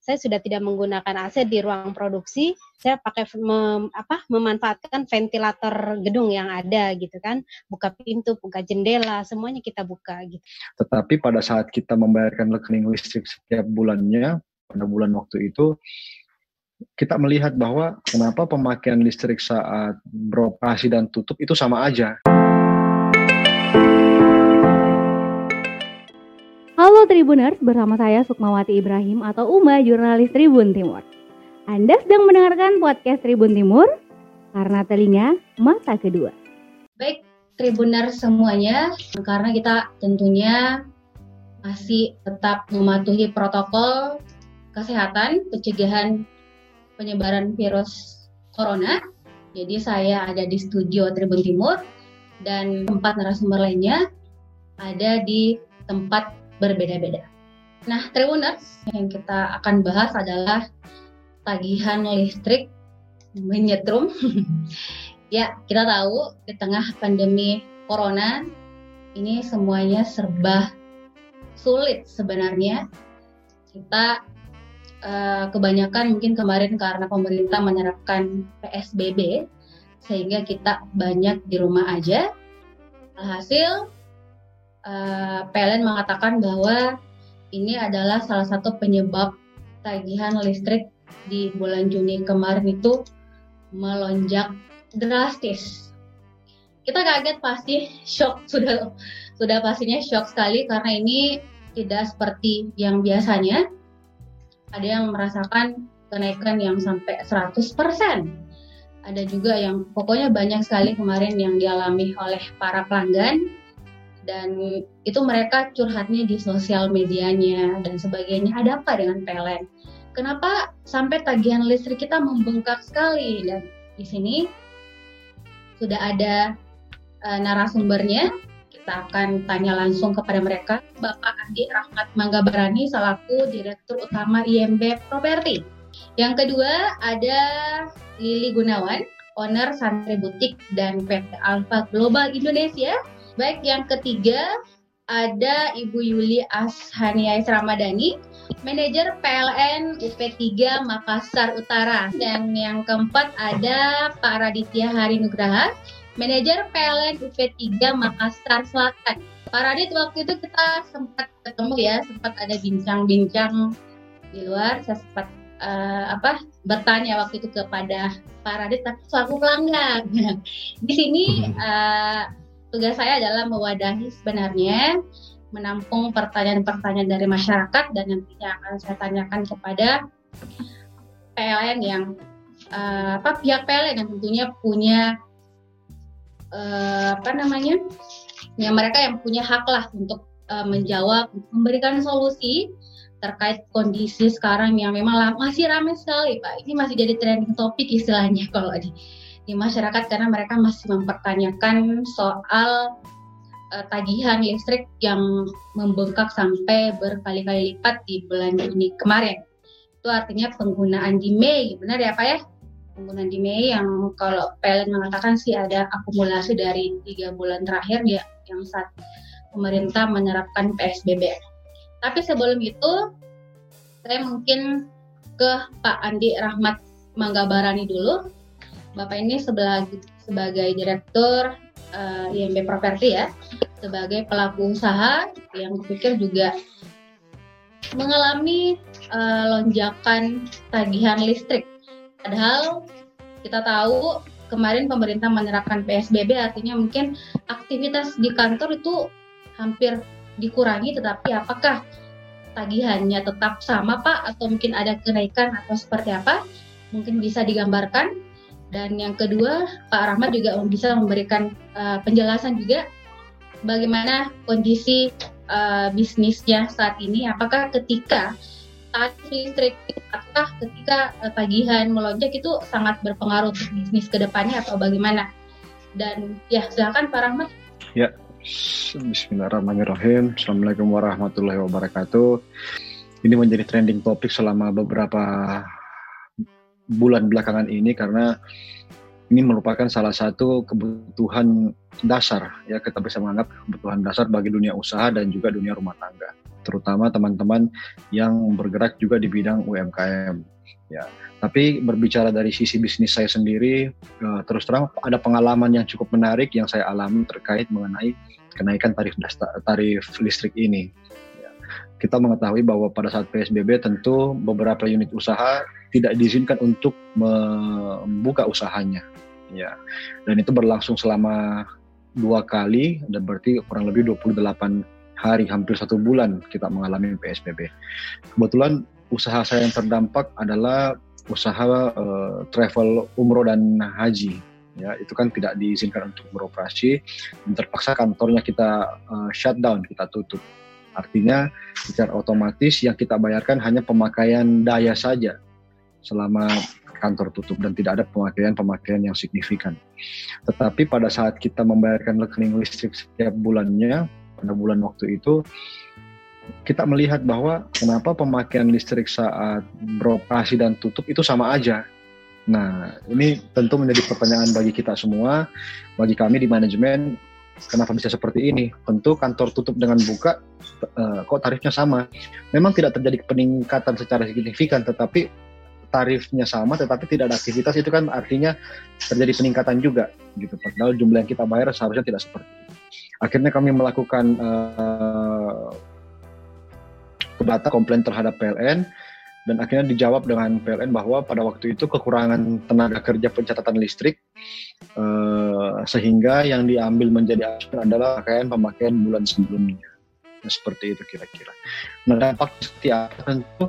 saya sudah tidak menggunakan AC di ruang produksi, saya pakai memanfaatkan ventilator gedung yang ada gitu kan, buka pintu, buka jendela, semuanya kita buka gitu. Tetapi pada saat kita membayarkan rekening listrik setiap bulannya, pada bulan waktu itu, kita melihat bahwa kenapa pemakaian listrik saat beroperasi dan tutup itu sama aja. Halo Tribuners, bersama saya Sukmawati Ibrahim atau Uma, jurnalis Tribun Timur. Anda sedang mendengarkan podcast Tribun Timur, karena telinga mata kedua. Baik Tribuners semuanya, karena kita tentunya masih tetap mematuhi protokol kesehatan pencegahan penyebaran virus corona. Jadi saya ada di studio Tribun Timur dan 4 narasumber lainnya ada di tempat berbeda-beda. Nah, Tribuners, yang kita akan bahas adalah tagihan listrik menyetrum. Ya, kita tahu di tengah pandemi corona ini semuanya serba sulit sebenarnya. Kita kebanyakan mungkin kemarin karena pemerintah menerapkan PSBB sehingga kita banyak di rumah aja. Alhasil PLN mengatakan bahwa ini adalah salah satu penyebab tagihan listrik di bulan Juni kemarin itu melonjak drastis. Kita kaget pasti, shock, sudah pastinya shock sekali karena ini tidak seperti yang biasanya. Ada yang merasakan kenaikan yang sampai 100%. Ada juga yang pokoknya banyak sekali kemarin yang dialami oleh para pelanggan. Dan itu mereka curhatnya di sosial medianya dan sebagainya. Ada apa dengan PLN? Kenapa sampai tagihan listrik kita membengkak sekali? Dan di sini sudah ada narasumbernya. Kita akan tanya langsung kepada mereka. Bapak Andi Rahmat Manggabarani selaku Direktur Utama IMB Properti. Yang kedua ada Lili Gunawan, Owner Santri Butik dan PT Alfa Global Indonesia. Baik, yang ketiga ada Ibu Yuli Ashaniais Ramadhani, Manajer PLN UP3 Makassar Utara. Dan yang keempat ada Pak Raditya Hari Nugraha, Manajer PLN UP3 Makassar Selatan. Pak Radit, waktu itu kita sempat ketemu ya, sempat ada bincang-bincang di luar. Saya sempat bertanya waktu itu kepada Pak Radit, tapi selaku pelanggan. Di sini tugas saya adalah mewadahi sebenarnya, menampung pertanyaan-pertanyaan dari masyarakat dan nantinya akan saya tanyakan kepada PLN yang pihak PLN yang tentunya punya yang mereka yang punya hak lah untuk menjawab, memberikan solusi terkait kondisi sekarang yang memang masih ramai sekali, Pak. Ini masih jadi trending topik istilahnya kalau di masyarakat karena mereka masih mempertanyakan soal tagihan listrik yang membengkak sampai berkali-kali lipat di bulan Juni kemarin. Itu artinya penggunaan di Mei, benar ya Pak ya? Penggunaan di Mei yang kalau PLN mengatakan sih ada akumulasi dari 3 bulan terakhir ya, yang saat pemerintah menerapkan PSBB. Tapi sebelum itu, saya mungkin ke Pak Andi Rahmat Manggabarani dulu. Bapak ini sebagai Direktur IMB Properti ya, sebagai pelaku usaha yang kupikir juga mengalami lonjakan tagihan listrik. Padahal kita tahu kemarin pemerintah menerapkan PSBB, artinya mungkin aktivitas di kantor itu hampir dikurangi, tetapi apakah tagihannya tetap sama Pak atau mungkin ada kenaikan atau seperti apa? Mungkin bisa digambarkan. Dan yang kedua, Pak Rahmat juga bisa memberikan penjelasan juga bagaimana kondisi bisnisnya saat ini. Apakah ketika tarif listrik, apakah ketika tagihan melonjak itu sangat berpengaruh untuk bisnis ke depannya atau bagaimana? Dan ya silakan Pak Rahmat. Ya, Bismillahirrahmanirrahim. Assalamualaikum warahmatullahi wabarakatuh. Ini menjadi trending topik selama beberapa bulan belakangan ini karena ini merupakan salah satu kebutuhan dasar ya, kita bisa menganggap kebutuhan dasar bagi dunia usaha dan juga dunia rumah tangga. terutama teman-teman yang bergerak juga di bidang UMKM. Ya, tapi berbicara dari sisi bisnis saya sendiri, terus terang ada pengalaman yang cukup menarik yang saya alami terkait mengenai kenaikan tarif listrik ini. Ya, kita mengetahui bahwa pada saat PSBB tentu beberapa unit usaha tidak diizinkan untuk membuka usahanya. Ya, dan itu berlangsung selama 2 kali, dan berarti kurang lebih 28 hari, hampir 1 bulan kita mengalami PSBB. Kebetulan usaha saya yang terdampak adalah usaha travel umroh dan haji. Ya, itu kan tidak diizinkan untuk beroperasi, dan terpaksa kantornya kita shutdown, kita tutup. Artinya secara otomatis yang kita bayarkan hanya pemakaian daya saja selama kantor tutup, dan tidak ada pemakaian yang signifikan. Tetapi pada saat kita membayarkan rekening listrik setiap bulannya, pada bulan waktu itu, kita melihat bahwa kenapa pemakaian listrik saat beroperasi dan tutup itu sama aja. Nah, ini tentu menjadi pertanyaan bagi kita semua, bagi kami di manajemen, kenapa bisa seperti ini? Tentu kantor tutup dengan buka, kok tarifnya sama? Memang tidak terjadi peningkatan secara signifikan, tetapi tarifnya sama tetapi tidak ada aktivitas, itu kan artinya terjadi peningkatan juga gitu. Padahal jumlah yang kita bayar seharusnya tidak seperti itu. Akhirnya kami melakukan data komplain terhadap PLN, dan akhirnya dijawab dengan PLN bahwa pada waktu itu kekurangan tenaga kerja pencatatan listrik, sehingga yang diambil menjadi acuan adalah pemakaian bulan sebelumnya. Nah, seperti itu kira-kira. Nah, dampak seperti apa? Tentu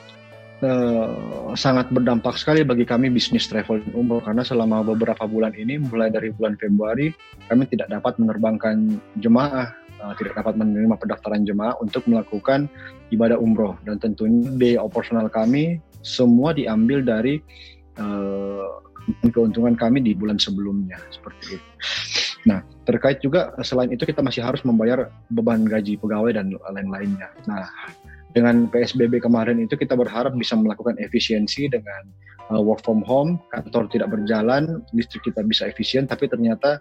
sangat berdampak sekali bagi kami bisnis travel dan umroh, karena selama beberapa bulan ini, mulai dari bulan Februari, kami tidak dapat menerbangkan jemaah, tidak dapat menerima pendaftaran jemaah untuk melakukan ibadah umroh, dan tentunya biaya operasional kami semua diambil dari keuntungan kami di bulan sebelumnya, seperti itu. Nah, terkait juga selain itu kita masih harus membayar beban gaji pegawai dan lain-lainnya. Nah, dengan PSBB kemarin itu kita berharap bisa melakukan efisiensi dengan work from home, kantor tidak berjalan, listrik kita bisa efisien, tapi ternyata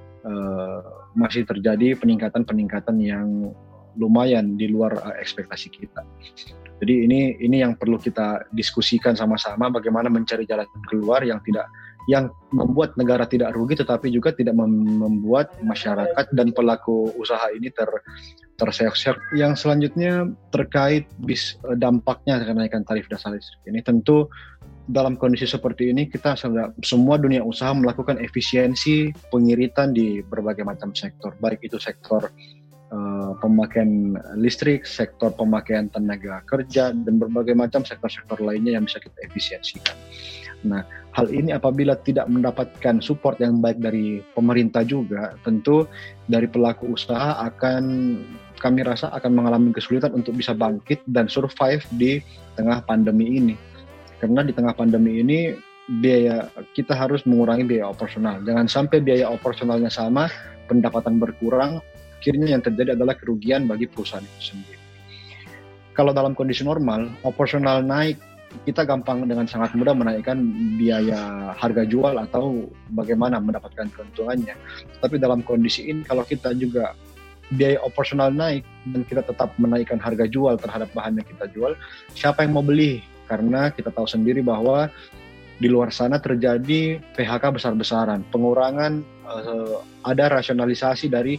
masih terjadi peningkatan yang lumayan di luar ekspektasi kita. Jadi ini yang perlu kita diskusikan sama-sama, bagaimana mencari jalan keluar yang membuat negara tidak rugi, tetapi juga tidak membuat masyarakat dan pelaku usaha ini terseok-seok. Yang selanjutnya terkait dampaknya kenaikan tarif dasar listrik ini, tentu dalam kondisi seperti ini kita semua dunia usaha melakukan efisiensi pengiritan di berbagai macam sektor, baik itu sektor pemakaian listrik, sektor pemakaian tenaga kerja, dan berbagai macam sektor-sektor lainnya yang bisa kita efisiensikan. Nah, hal ini apabila tidak mendapatkan support yang baik dari pemerintah juga, tentu dari pelaku usaha kami rasa akan mengalami kesulitan untuk bisa bangkit dan survive di tengah pandemi ini. Karena di tengah pandemi ini kita harus mengurangi biaya operasional. Jangan sampai biaya operasionalnya sama, pendapatan berkurang, akhirnya yang terjadi adalah kerugian bagi perusahaan itu sendiri. Kalau dalam kondisi normal, operasional naik, kita gampang dengan sangat mudah menaikkan biaya harga jual atau bagaimana mendapatkan keuntungannya. Tapi dalam kondisi ini, kalau kita juga biaya operasional naik dan kita tetap menaikkan harga jual terhadap bahan yang kita jual, siapa yang mau beli? Karena kita tahu sendiri bahwa di luar sana terjadi PHK besar-besaran, pengurangan, ada rasionalisasi dari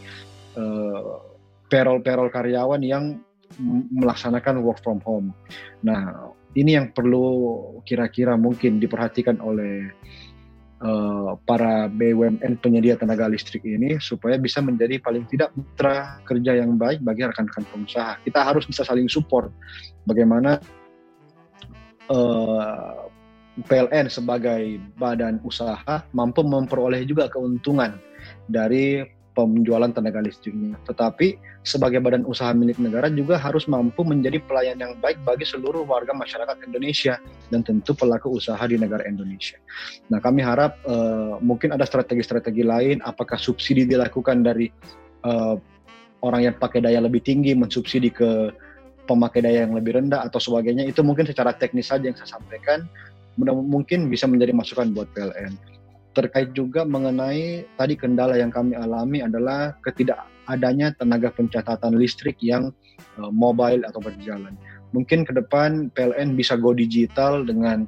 payroll karyawan yang melaksanakan work from home. Nah, ini yang perlu kira-kira mungkin diperhatikan oleh para BUMN penyedia tenaga listrik ini, supaya bisa menjadi paling tidak mitra kerja yang baik bagi rekan-rekan pengusaha. Kita harus bisa saling support. Bagaimana PLN sebagai badan usaha mampu memperoleh juga keuntungan dari penjualan tenaga listriknya. Tetapi sebagai badan usaha milik negara juga harus mampu menjadi pelayan yang baik bagi seluruh warga masyarakat Indonesia dan tentu pelaku usaha di negara Indonesia. Nah, kami harap mungkin ada strategi-strategi lain, apakah subsidi dilakukan dari orang yang pakai daya lebih tinggi mensubsidi ke pemakai daya yang lebih rendah atau sebagainya. Itu mungkin secara teknis saja yang saya sampaikan, mungkin bisa menjadi masukan buat PLN. Terkait juga mengenai tadi kendala yang kami alami adalah adanya tenaga pencatatan listrik yang mobile atau berjalan. Mungkin ke depan PLN bisa go digital dengan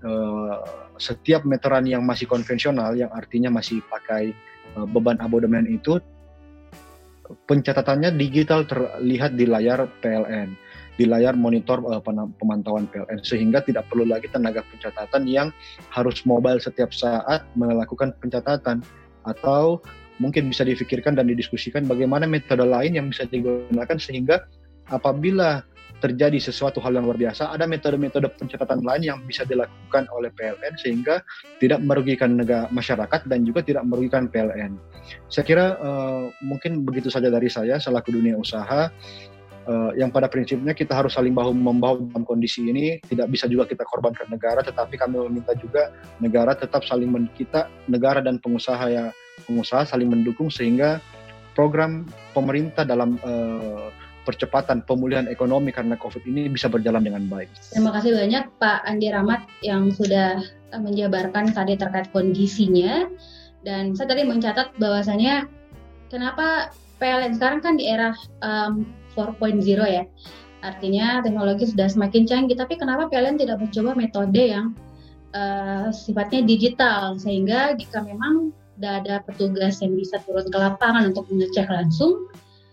setiap meteran yang masih konvensional, yang artinya masih pakai beban abodemen itu, pencatatannya digital terlihat di layar PLN, di layar monitor pemantauan PLN, sehingga tidak perlu lagi tenaga pencatatan yang harus mobile setiap saat melakukan pencatatan. Atau mungkin bisa difikirkan dan didiskusikan bagaimana metode lain yang bisa digunakan sehingga apabila terjadi sesuatu hal yang luar biasa, ada metode-metode pencatatan lain yang bisa dilakukan oleh PLN sehingga tidak merugikan masyarakat dan juga tidak merugikan PLN. Saya kira mungkin begitu saja dari saya selaku dunia usaha, yang pada prinsipnya kita harus saling bahu-membahu dalam kondisi ini. Tidak bisa juga kita korbankan negara, tetapi kami meminta juga negara tetap saling negara dan pengusaha saling mendukung sehingga program pemerintah dalam percepatan pemulihan ekonomi karena COVID ini bisa berjalan dengan baik. Terima kasih banyak Pak Andi Rahmat yang sudah menjabarkan tadi terkait kondisinya. Dan saya tadi mencatat bahwasanya kenapa PLN sekarang kan di era 4.0 ya, artinya teknologi sudah semakin canggih, tapi kenapa PLN tidak mencoba metode yang sifatnya digital, sehingga jika memang tidak ada petugas yang bisa turun ke lapangan untuk mengecek langsung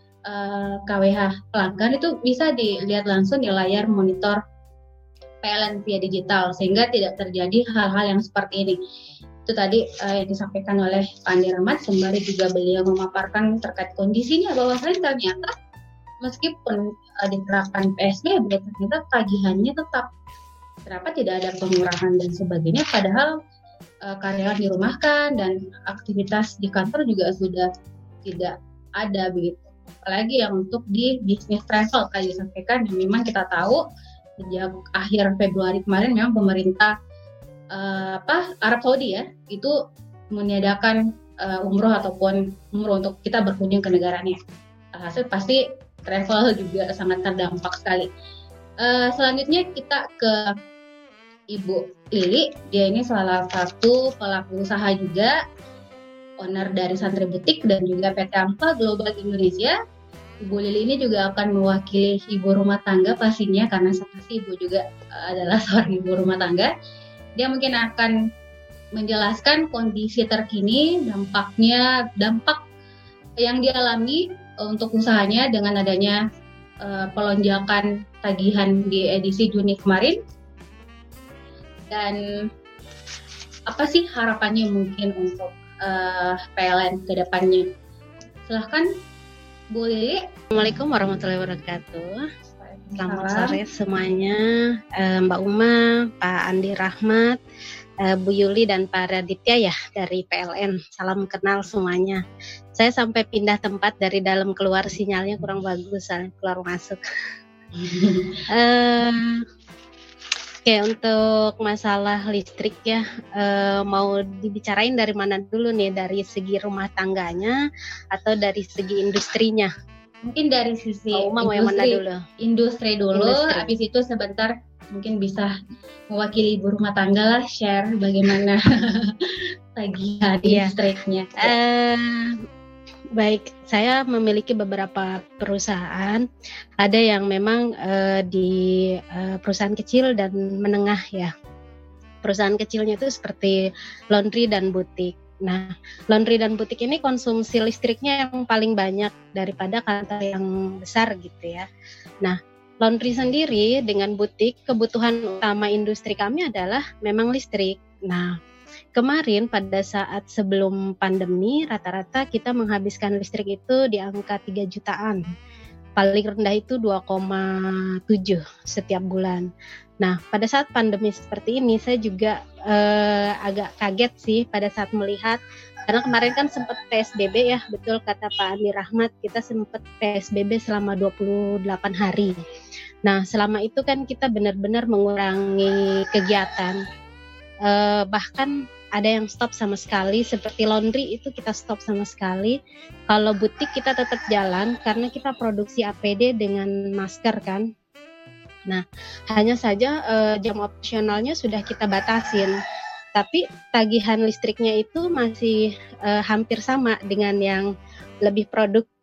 KWH pelanggan, itu bisa dilihat langsung di layar monitor PLN via digital, sehingga tidak terjadi hal-hal yang seperti ini. Itu tadi yang disampaikan oleh Pak Andi Rahmat, sembari juga beliau memaparkan terkait kondisinya bahwasanya ternyata meskipun diterapkan PSBB, ternyata tagihannya tetap. Kenapa tidak ada pengurangan dan sebagainya, padahal karyawan dirumahkan dan aktivitas di kantor juga sudah tidak ada begitu. Apalagi yang untuk di bisnis travel tadi disampaikan, yang memang kita tahu sejak akhir Februari kemarin memang pemerintah Arab Saudi ya itu meniadakan umroh untuk kita berkunjung ke negaranya. Hasil pasti travel juga sangat terdampak sekali. Selanjutnya kita ke Ibu Lili. Dia ini salah satu pelaku usaha juga, owner dari Santri Butik dan juga PT Amfa Global Indonesia. Ibu Lili ini juga akan mewakili ibu rumah tangga pastinya, karena pasti ibu juga adalah seorang ibu rumah tangga. Dia mungkin akan menjelaskan kondisi terkini, dampak yang dialami untuk usahanya dengan adanya pelonjakan tagihan di edisi Juni kemarin, dan apa sih harapannya mungkin untuk PLN ke depannya. Silahkan Bu Lili. Assalamualaikum warahmatullahi wabarakatuh. Selamat sore semuanya, Mbak Uma, Pak Andi Rahmat, Bu Yuli dan Pak Raditya ya dari PLN. Salam kenal semuanya. Saya sampai pindah tempat dari dalam keluar, sinyalnya kurang bagus, keluar masuk. Oke, untuk masalah listrik ya, mau dibicarain dari mana dulu nih? Dari segi rumah tangganya atau dari segi industrinya? Mungkin dari sisi industri dulu. Habis itu sebentar mungkin bisa mewakili ibu rumah tangga lah, share bagaimana tagihan listriknya. Baik, saya memiliki beberapa perusahaan. Ada yang memang di perusahaan kecil dan menengah ya. Perusahaan kecilnya itu seperti laundry dan butik. Nah, laundry dan butik ini konsumsi listriknya yang paling banyak daripada kantor yang besar gitu ya. Nah, laundry sendiri dengan butik, kebutuhan utama industri kami adalah memang listrik. Nah, kemarin pada saat sebelum pandemi, rata-rata kita menghabiskan listrik itu di angka 3 jutaan. Paling rendah itu 2,7 setiap bulan. Nah, pada saat pandemi seperti ini, saya juga agak kaget sih pada saat melihat, karena kemarin kan sempat PSBB ya, betul kata Pak Andi Rahmat, kita sempat PSBB selama 28 hari. Nah, selama itu kan kita benar-benar mengurangi kegiatan. Bahkan ada yang stop sama sekali, seperti laundry itu kita stop sama sekali. Kalau butik kita tetap jalan karena kita produksi APD dengan masker kan. Nah, hanya saja jam operasionalnya sudah kita batasin, tapi tagihan listriknya itu masih hampir sama dengan yang lebih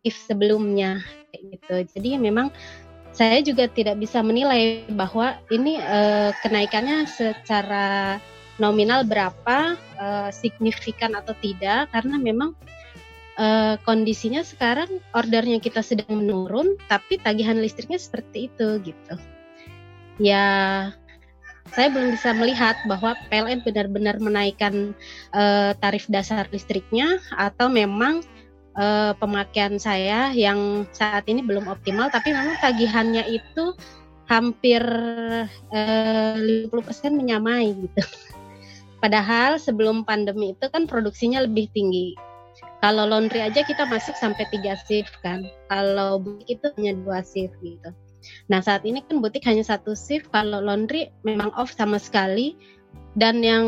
positif sebelumnya gitu. Jadi memang saya juga tidak bisa menilai bahwa ini kenaikannya secara nominal berapa, signifikan atau tidak, karena memang kondisinya sekarang ordernya kita sedang menurun, tapi tagihan listriknya seperti itu gitu. Ya, saya belum bisa melihat bahwa PLN benar-benar menaikkan tarif dasar listriknya atau memang pemakaian saya yang saat ini belum optimal, tapi memang tagihannya itu hampir 50% menyamai gitu. Padahal sebelum pandemi itu kan produksinya lebih tinggi. Kalau laundry aja kita masuk sampai 3 shift kan. Kalau butik itu hanya 2 shift gitu. Nah saat ini kan butik hanya 1 shift, kalau laundry memang off sama sekali. Dan yang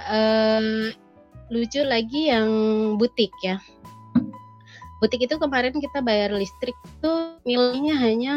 lucu lagi yang butik ya. Butik itu kemarin kita bayar listrik itu nilainya hanya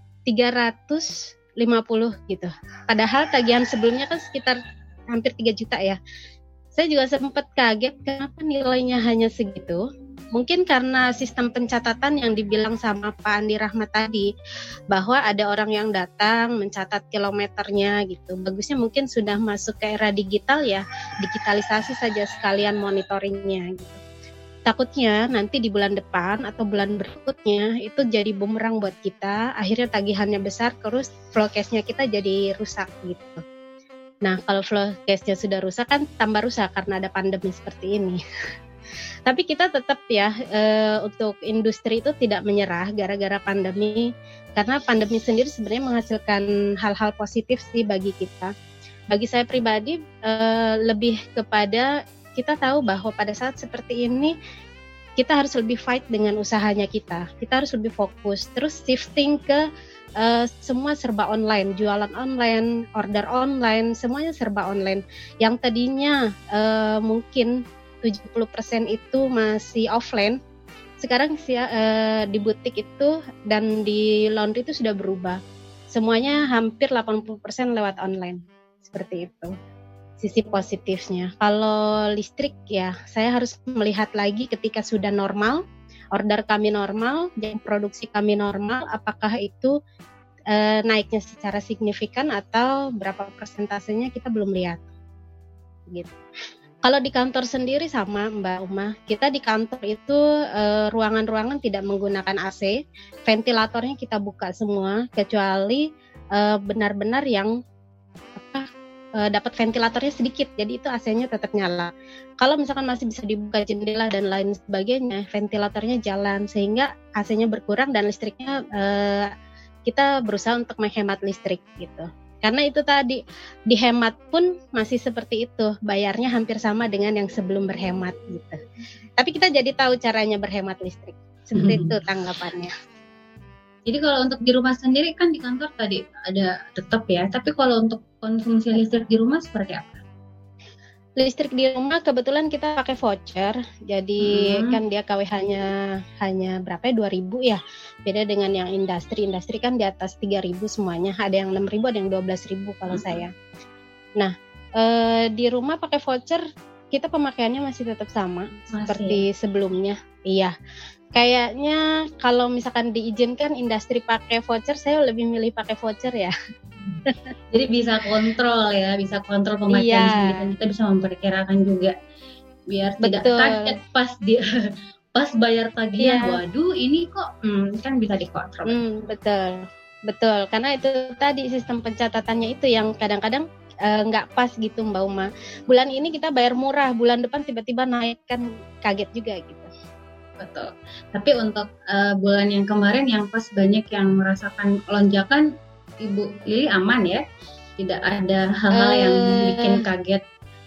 350 gitu. Padahal tagihan sebelumnya kan sekitar hampir 3 juta ya. Saya juga sempat kaget kenapa nilainya hanya segitu. Mungkin karena sistem pencatatan yang dibilang sama Pak Andi Rahmat tadi, bahwa ada orang yang datang mencatat kilometernya gitu. Bagusnya mungkin sudah masuk ke era digital ya, digitalisasi saja sekalian monitoringnya gitu. Takutnya nanti di bulan depan atau bulan berikutnya itu jadi bumerang buat kita, akhirnya tagihannya besar, terus flow cash-nya kita jadi rusak gitu. Nah kalau flow cash-nya sudah rusak kan tambah rusak karena ada pandemi seperti ini. Tapi kita tetap ya untuk industri itu tidak menyerah gara-gara pandemi, karena pandemi sendiri sebenarnya menghasilkan hal-hal positif sih bagi kita. Bagi saya pribadi lebih kepada kita tahu bahwa pada saat seperti ini kita harus lebih fight dengan usahanya kita harus lebih fokus, terus shifting ke semua serba online, jualan online, order online, semuanya serba online. Yang tadinya mungkin 70% itu masih offline, sekarang di butik itu dan di laundry itu sudah berubah. Semuanya hampir 80% lewat online. Seperti itu sisi positifnya. Kalau listrik ya, saya harus melihat lagi ketika sudah normal, order kami normal, jam produksi kami normal, apakah itu naiknya secara signifikan atau berapa persentasenya kita belum lihat. Gitu. Kalau di kantor sendiri sama Mbak Uma, kita di kantor itu ruangan-ruangan tidak menggunakan AC, ventilatornya kita buka semua, kecuali benar-benar yang dapat ventilatornya sedikit, jadi itu AC-nya tetap nyala. Kalau misalkan masih bisa dibuka jendela dan lain sebagainya, ventilatornya jalan sehingga AC-nya berkurang dan listriknya kita berusaha untuk menghemat listrik gitu. Karena itu tadi dihemat pun masih seperti itu, bayarnya hampir sama dengan yang sebelum berhemat gitu. Tapi kita jadi tahu caranya berhemat listrik. Seperti itu tanggapannya. Jadi kalau untuk di rumah sendiri kan di kantor tadi ada tetap ya, tapi kalau untuk konsumsi listrik di rumah seperti apa? Listrik di rumah kebetulan kita pakai voucher, jadi kan dia KWH-nya hanya berapa ya, 2.000 ya. Beda dengan yang industri kan di atas 3.000 semuanya, ada yang 6.000, ada yang 12.000 kalau saya. Nah, di rumah pakai voucher, kita pemakaiannya masih tetap sama seperti sebelumnya. Iya, kayaknya kalau misalkan diizinkan industri pakai voucher, saya lebih milih pakai voucher ya. Jadi bisa kontrol ya, bisa kontrol pemakaian sendiri, kita bisa memperkirakan juga biar tidak kaget pas bayar tagihan. Waduh, ini kok kan bisa dikontrol. Betul, karena itu tadi sistem pencatatannya itu yang kadang-kadang nggak pas gitu Mbak Uma. Bulan ini kita bayar murah, bulan depan tiba-tiba naik, kan kaget juga gitu. Betul. Tapi untuk bulan yang kemarin yang pas banyak yang merasakan lonjakan, Ibu Lili aman ya? Tidak ada hal-hal yang bikin kaget?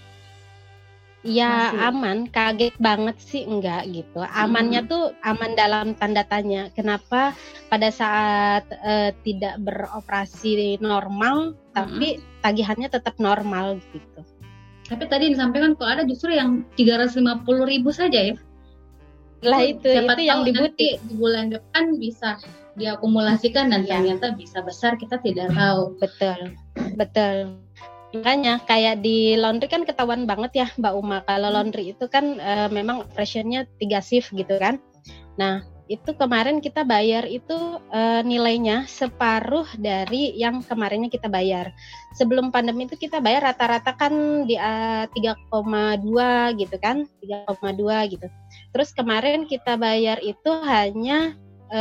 Ya aman, kaget banget sih enggak gitu. Amannya tuh aman dalam tanda tanya. Kenapa pada saat tidak beroperasi normal, tapi tagihannya tetap normal gitu. Tapi tadi disampaikan kalau ada justru yang 350.000 saja ya? Lah itu yang di butik. Di bulan depan bisa diakumulasikan dan ternyata bisa besar, kita tidak tahu. Betul. Makanya kayak di laundry kan ketahuan banget ya Mbak Uma. Kalau laundry itu kan memang operationnya 3 shift gitu kan. Nah itu kemarin kita bayar itu nilainya separuh dari yang kemarinnya kita bayar. Sebelum pandemi itu kita bayar rata-rata kan di 3,2 gitu kan, 3,2 gitu. Terus kemarin kita bayar itu hanya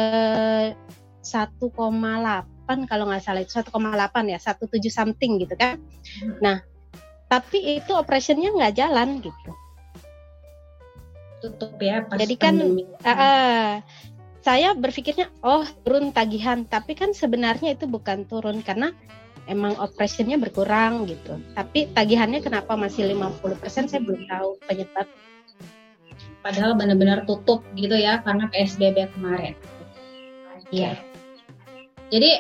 1,8 kalau nggak salah, itu 1,8 ya, 17 something gitu kan. Nah, tapi itu operationnya nggak jalan gitu. Tutup ya pas jadi kan saya berpikirnya turun tagihan, tapi kan sebenarnya itu bukan turun karena emang operationnya berkurang gitu. Tapi tagihannya kenapa masih 50%, saya belum tahu penyebab. Padahal benar-benar tutup gitu ya karena PSBB kemarin. Iya. Jadi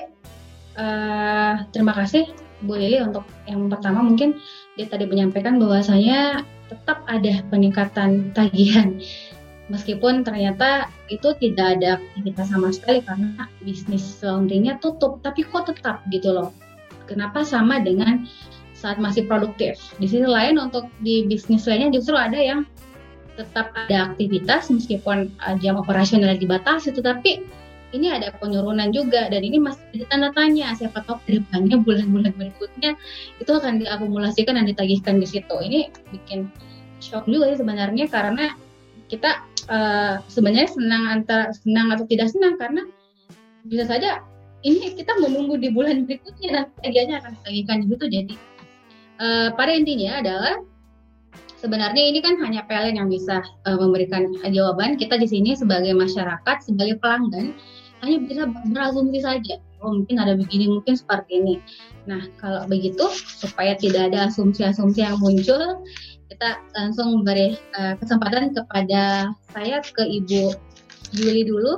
terima kasih Bu Lili untuk yang pertama. Mungkin dia tadi menyampaikan bahwasanya tetap ada peningkatan tagihan meskipun ternyata itu tidak ada aktivitas sama sekali karena bisnis laundry-nya tutup, tapi kok tetap gitu loh. Kenapa sama dengan saat masih produktif? Di sisi lain untuk di bisnis lainnya justru ada yang tetap ada aktivitas meskipun jam operasional dibatasi, tetapi ini ada penurunan juga dan ini masih ada tanda tanya. Siapa tahu ke depannya bulan-bulan berikutnya itu akan diakumulasikan dan ditagihkan di situ. Ini bikin shock juga sih sebenarnya karena kita sebenarnya senang atau tidak senang karena bisa saja ini kita menunggu di bulan berikutnya dan tagihannya akan ditagihkan di situ. Jadi pada intinya adalah sebenarnya ini kan hanya PLN yang bisa memberikan jawaban. Kita di sini sebagai masyarakat, sebagai pelanggan hanya bisa berasumsi saja. Mungkin ada begini, mungkin seperti ini. Nah, kalau begitu supaya tidak ada asumsi-asumsi yang muncul, kita langsung beri kesempatan kepada saya ke Ibu Yuli dulu.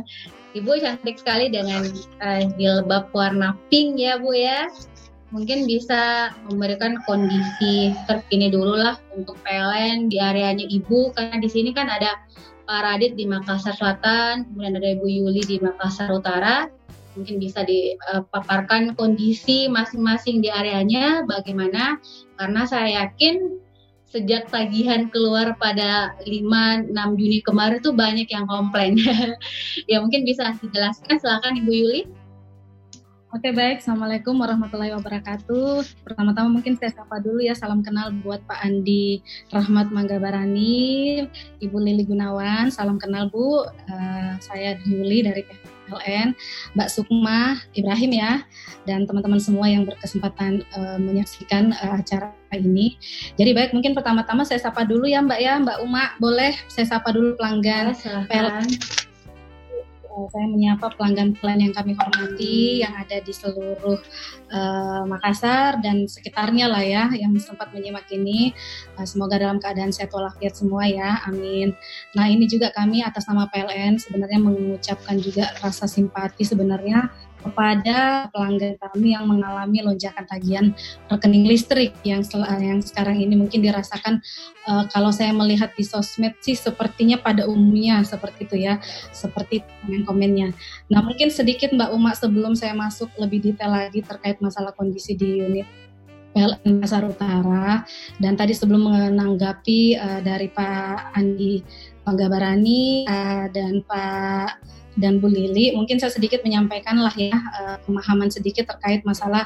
Ibu cantik sekali dengan jilbab warna pink ya Bu ya. Mungkin bisa memberikan kondisi terkini dulu lah untuk PLN di areanya Ibu, karena di sini kan ada Pak Radit di Makassar Selatan, kemudian ada Ibu Yuli di Makassar Utara. Mungkin bisa dipaparkan kondisi masing-masing di areanya bagaimana, karena saya yakin sejak tagihan keluar pada 5-6 Juni kemarin tuh banyak yang komplain. Ya mungkin bisa dijelaskan, silakan Ibu Yuli. Oke, baik. Assalamualaikum warahmatullahi wabarakatuh. Pertama-tama mungkin saya sapa dulu ya, salam kenal buat Pak Andi Rahmat Manggabarani, Ibu Lili Gunawan, salam kenal Bu. Saya Yuli dari PLN, Mbak Sukma Ibrahim ya, dan teman-teman semua yang berkesempatan menyaksikan acara ini. Jadi baik, mungkin pertama-tama saya sapa dulu ya Mbak ya, Mbak Uma, boleh saya sapa dulu pelanggan PLN. Saya menyapa pelanggan-pelanggan yang kami hormati yang ada di seluruh Makassar dan sekitarnya lah ya, yang sempat menyimak ini. Semoga dalam keadaan sehat walafiat semua ya, amin. Nah, ini juga kami atas nama PLN sebenarnya mengucapkan juga rasa simpati sebenarnya kepada pelanggan kami yang mengalami lonjakan tagihan rekening listrik yang sekarang ini mungkin dirasakan, kalau saya melihat di sosmed sih sepertinya pada umumnya seperti itu ya, seperti komen-komennya. Nah, mungkin sedikit Mbak Uma sebelum saya masuk lebih detail lagi terkait masalah kondisi di unit PLN Makassar Utara, dan tadi sebelum menanggapi dari Pak Andi Manggabarani dan Bu Lili, mungkin saya sedikit menyampaikan lah ya pemahaman sedikit terkait masalah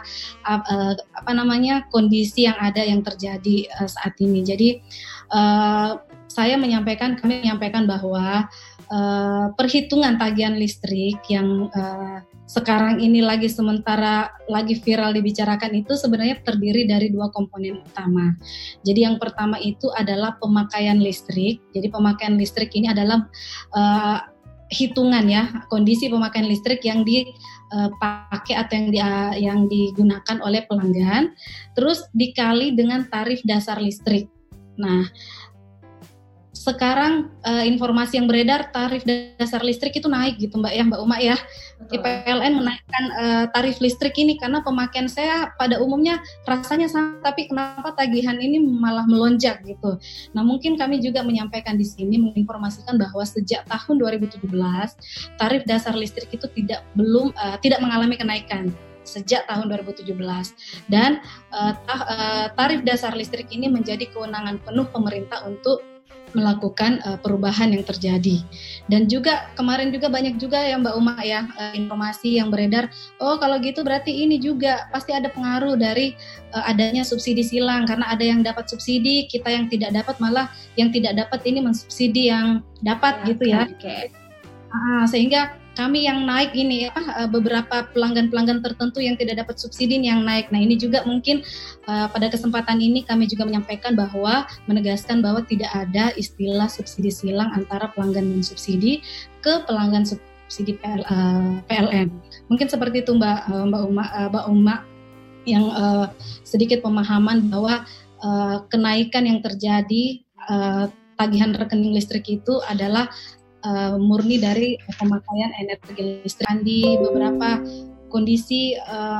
kondisi yang ada yang terjadi saat ini. Jadi kami menyampaikan bahwa perhitungan tagihan listrik yang sekarang ini lagi viral dibicarakan itu sebenarnya terdiri dari dua komponen utama. Jadi yang pertama itu adalah pemakaian listrik. Jadi pemakaian listrik ini adalah hitungan ya, kondisi pemakaian listrik yang dipakai atau yang digunakan oleh pelanggan, terus dikali dengan tarif dasar listrik. Nah, sekarang informasi yang beredar tarif dasar listrik itu naik gitu Mbak Uma ya. Di PLN menaikkan tarif listrik ini karena pemakaian saya pada umumnya rasanya sama, tapi kenapa tagihan ini malah melonjak gitu. Nah, mungkin kami juga menyampaikan di sini menginformasikan bahwa sejak tahun 2017 tarif dasar listrik itu tidak mengalami kenaikan sejak tahun 2017, dan tarif dasar listrik ini menjadi kewenangan penuh pemerintah untuk melakukan perubahan yang terjadi. Dan juga kemarin juga banyak juga ya Mbak Uma ya informasi yang beredar, oh kalau gitu berarti ini juga pasti ada pengaruh dari adanya subsidi silang, karena ada yang dapat subsidi, kita yang tidak dapat, malah yang tidak dapat ini mensubsidi yang dapat gitu ya. Sehingga kami yang naik ini beberapa pelanggan-pelanggan tertentu yang tidak dapat subsidi yang naik. Nah ini juga mungkin pada kesempatan ini kami juga menyampaikan bahwa menegaskan bahwa tidak ada istilah subsidi silang antara pelanggan non subsidi ke pelanggan subsidi PLN. Mungkin seperti itu Mbak Uma yang sedikit pemahaman bahwa kenaikan yang terjadi tagihan rekening listrik itu adalah murni dari pemakaian energi listrik. Di beberapa kondisi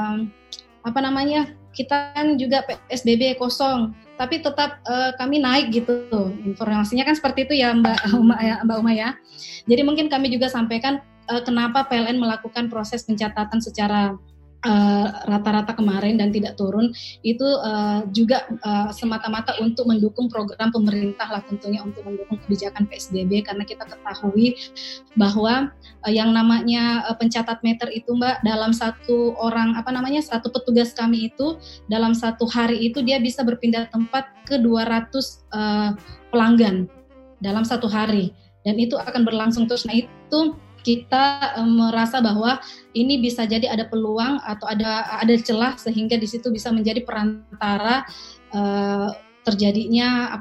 kita kan juga PSBB kosong, tapi tetap kami naik gitu. Informasinya kan seperti itu ya Mbak Uma ya. Jadi mungkin kami juga sampaikan kenapa PLN melakukan proses pencatatan secara rata-rata kemarin dan tidak turun itu juga semata-mata untuk mendukung program pemerintah lah, tentunya untuk mendukung kebijakan PSBB, karena kita ketahui bahwa yang namanya pencatat meter itu Mbak, dalam satu petugas kami itu dalam satu hari itu dia bisa berpindah tempat ke 200 pelanggan dalam satu hari, dan itu akan berlangsung terus. Nah itu kita merasa bahwa ini bisa jadi ada peluang atau ada celah sehingga di situ bisa menjadi perantara terjadinya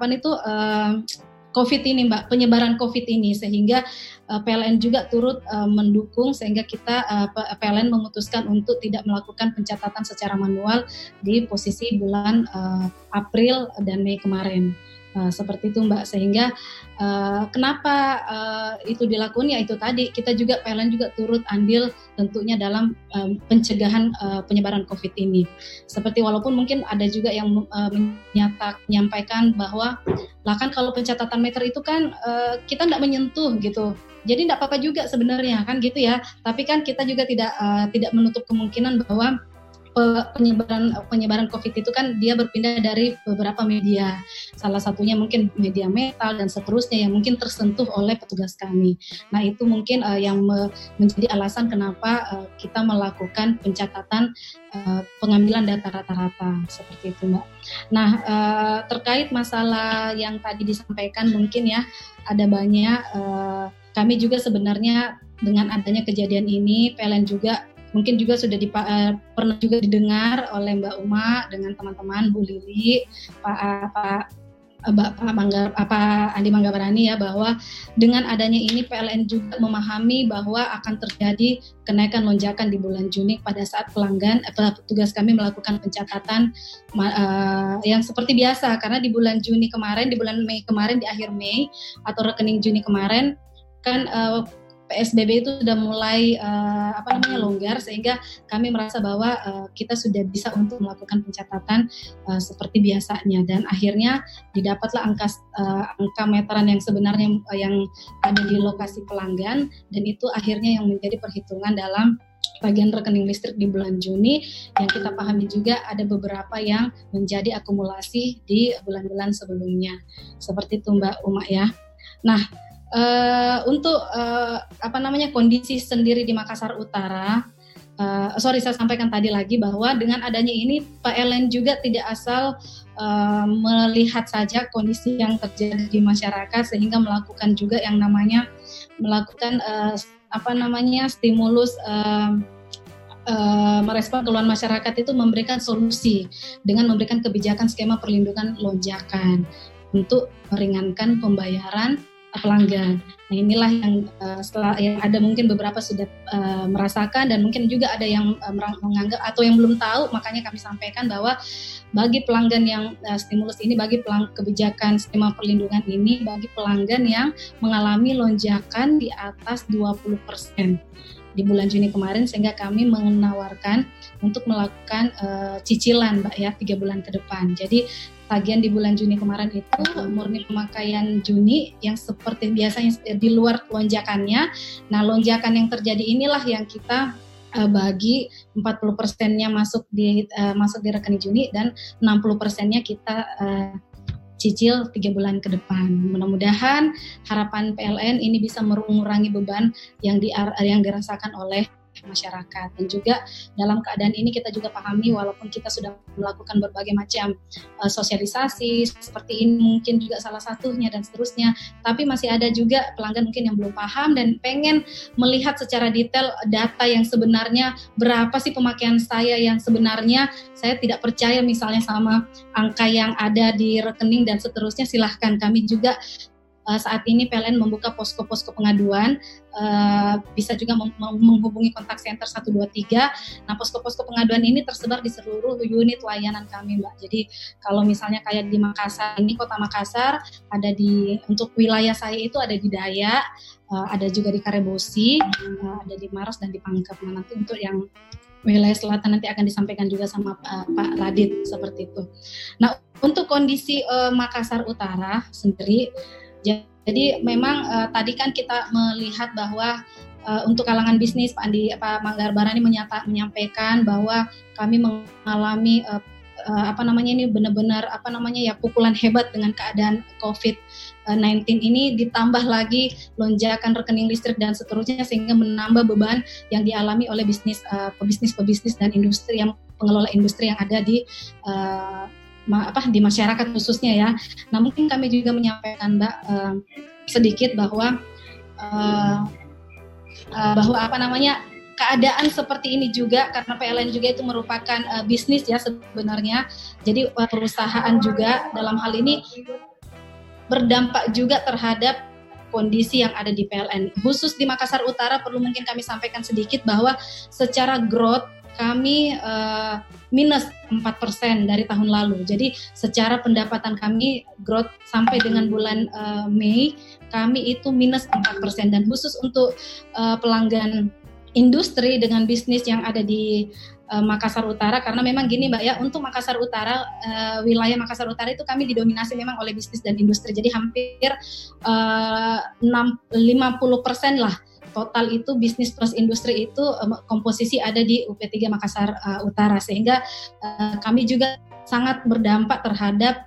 COVID ini Mbak, penyebaran COVID ini, sehingga PLN juga turut mendukung sehingga kita PLN memutuskan untuk tidak melakukan pencatatan secara manual di posisi bulan April dan Mei kemarin. Seperti itu Mbak, sehingga kenapa itu dilakukan, ya itu tadi kita juga PLN juga turut andil tentunya dalam pencegahan penyebaran COVID ini. Seperti walaupun mungkin ada juga yang menyampaikan bahwa lah kan kalau pencatatan meter itu kan kita tidak menyentuh gitu, jadi tidak apa-apa juga sebenarnya kan gitu ya. Tapi kan kita juga tidak menutup kemungkinan bahwa penyebaran COVID itu kan dia berpindah dari beberapa media, salah satunya mungkin media metal dan seterusnya yang mungkin tersentuh oleh petugas kami. Nah itu mungkin yang menjadi alasan kenapa kita melakukan pencatatan pengambilan data rata-rata seperti itu Mbak. Nah terkait masalah yang tadi disampaikan mungkin ya ada banyak, kami juga sebenarnya dengan adanya kejadian ini PLN juga mungkin juga sudah pernah juga didengar oleh Mbak Uma dengan teman-teman, Bu Lili, Pak Andi Manggabarani ya, bahwa dengan adanya ini PLN juga memahami bahwa akan terjadi kenaikan lonjakan di bulan Juni pada saat petugas kami melakukan pencatatan yang seperti biasa, karena di bulan Juni kemarin, di bulan Mei kemarin, di akhir Mei atau rekening Juni kemarin kan PSBB itu sudah mulai longgar, sehingga kami merasa bahwa kita sudah bisa untuk melakukan pencatatan seperti biasanya, dan akhirnya didapatlah angka meteran yang sebenarnya yang ada di lokasi pelanggan, dan itu akhirnya yang menjadi perhitungan dalam tagihan rekening listrik di bulan Juni, yang kita pahami juga ada beberapa yang menjadi akumulasi di bulan-bulan sebelumnya. Seperti itu Mbak Uma ya. Nah, untuk kondisi sendiri di Makassar Utara, saya sampaikan tadi lagi bahwa dengan adanya ini PLN juga tidak asal melihat saja kondisi yang terjadi di masyarakat, sehingga melakukan juga yang namanya melakukan stimulus merespon keluhan masyarakat itu, memberikan solusi dengan memberikan kebijakan skema perlindungan lonjakan untuk meringankan pembayaran pelanggan. Nah inilah yang setelah yang ada mungkin beberapa sudah merasakan, dan mungkin juga ada yang menganggap atau yang belum tahu, makanya kami sampaikan bahwa bagi pelanggan yang stimulus ini, bagi kebijakan skema perlindungan ini, bagi pelanggan yang mengalami lonjakan di atas 20% di bulan Juni kemarin, sehingga kami menawarkan untuk melakukan cicilan Mbak ya 3 bulan ke depan. Jadi tagihan di bulan Juni kemarin itu murni pemakaian Juni yang seperti biasanya di luar lonjakannya. Nah lonjakan yang terjadi inilah yang kita bagi 40%-nya masuk di rekening Juni, dan 60%-nya kita cicil 3 bulan ke depan. Mudah-mudahan harapan PLN ini bisa mengurangi beban yang dirasakan oleh masyarakat. Dan juga dalam keadaan ini kita juga pahami walaupun kita sudah melakukan berbagai macam sosialisasi seperti ini mungkin juga salah satunya dan seterusnya, tapi masih ada juga pelanggan mungkin yang belum paham dan pengen melihat secara detail data yang sebenarnya, berapa sih pemakaian saya yang sebenarnya, saya tidak percaya misalnya sama angka yang ada di rekening dan seterusnya. Silahkan, kami juga saat ini PLN membuka posko-posko pengaduan, bisa juga menghubungi kontak center 123. Nah, posko-posko pengaduan ini tersebar di seluruh unit layanan kami, Mbak. Jadi kalau misalnya kayak di Makassar, ini Kota Makassar, ada untuk wilayah saya itu ada di Dayak, ada juga di Karebosi, ada di Maros dan di Pangkep. Nah, nanti untuk yang wilayah selatan nanti akan disampaikan juga sama Pak Radit seperti itu. Nah, untuk kondisi Makassar Utara sendiri, jadi memang tadi kan kita melihat bahwa untuk kalangan bisnis Pak Manggar Barani menyampaikan bahwa kami mengalami ini benar-benar pukulan hebat dengan keadaan COVID-19 ini, ditambah lagi lonjakan rekening listrik dan seterusnya sehingga menambah beban yang dialami oleh pebisnis dan industri yang pengelola industri yang ada di masyarakat khususnya ya. Nah, mungkin kami juga menyampaikan Mbak sedikit bahwa keadaan seperti ini juga karena PLN juga itu merupakan bisnis ya sebenarnya. Jadi perusahaan juga dalam hal ini berdampak juga terhadap kondisi yang ada di PLN. Khusus di Makassar Utara perlu mungkin kami sampaikan sedikit bahwa secara growth kami minus 4% dari tahun lalu. Jadi secara pendapatan kami growth sampai dengan bulan Mei kami itu minus 4%. Dan khusus untuk pelanggan industri dengan bisnis yang ada di Makassar Utara, karena memang gini Mbak ya, untuk Makassar Utara, wilayah Makassar Utara itu kami didominasi memang oleh bisnis dan industri. Jadi hampir 50% lah total itu bisnis plus industri itu komposisi ada di UP3 Makassar Utara, sehingga kami juga sangat berdampak terhadap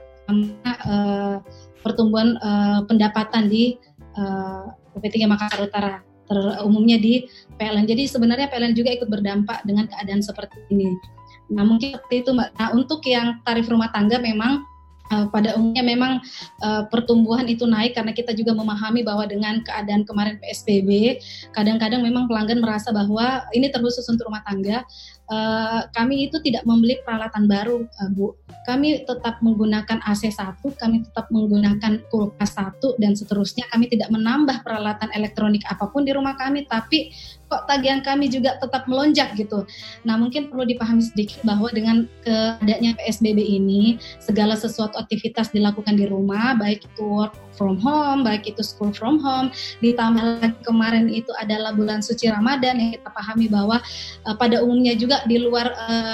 pertumbuhan pendapatan di UP3 Makassar Utara, umumnya di PLN. Jadi sebenarnya PLN juga ikut berdampak dengan keadaan seperti ini. Nah, mungkin seperti itu Mbak. Nah, untuk yang tarif rumah tangga memang pada umumnya memang pertumbuhan itu naik karena kita juga memahami bahwa dengan keadaan kemarin PSBB, kadang-kadang memang pelanggan merasa bahwa ini terkhusus untuk rumah tangga, kami itu tidak membeli peralatan baru, Bu. Kami tetap menggunakan AC 1, kami tetap menggunakan kulkas 1, dan seterusnya. Kami tidak menambah peralatan elektronik apapun di rumah kami, tapi kok tagihan kami juga tetap melonjak gitu. Nah, mungkin perlu dipahami sedikit bahwa dengan keadaannya PSBB ini, segala sesuatu aktivitas dilakukan di rumah, baik itu work from home, baik itu school from home, ditambah lagi kemarin itu adalah bulan suci Ramadan yang kita pahami bahwa pada umumnya juga di luar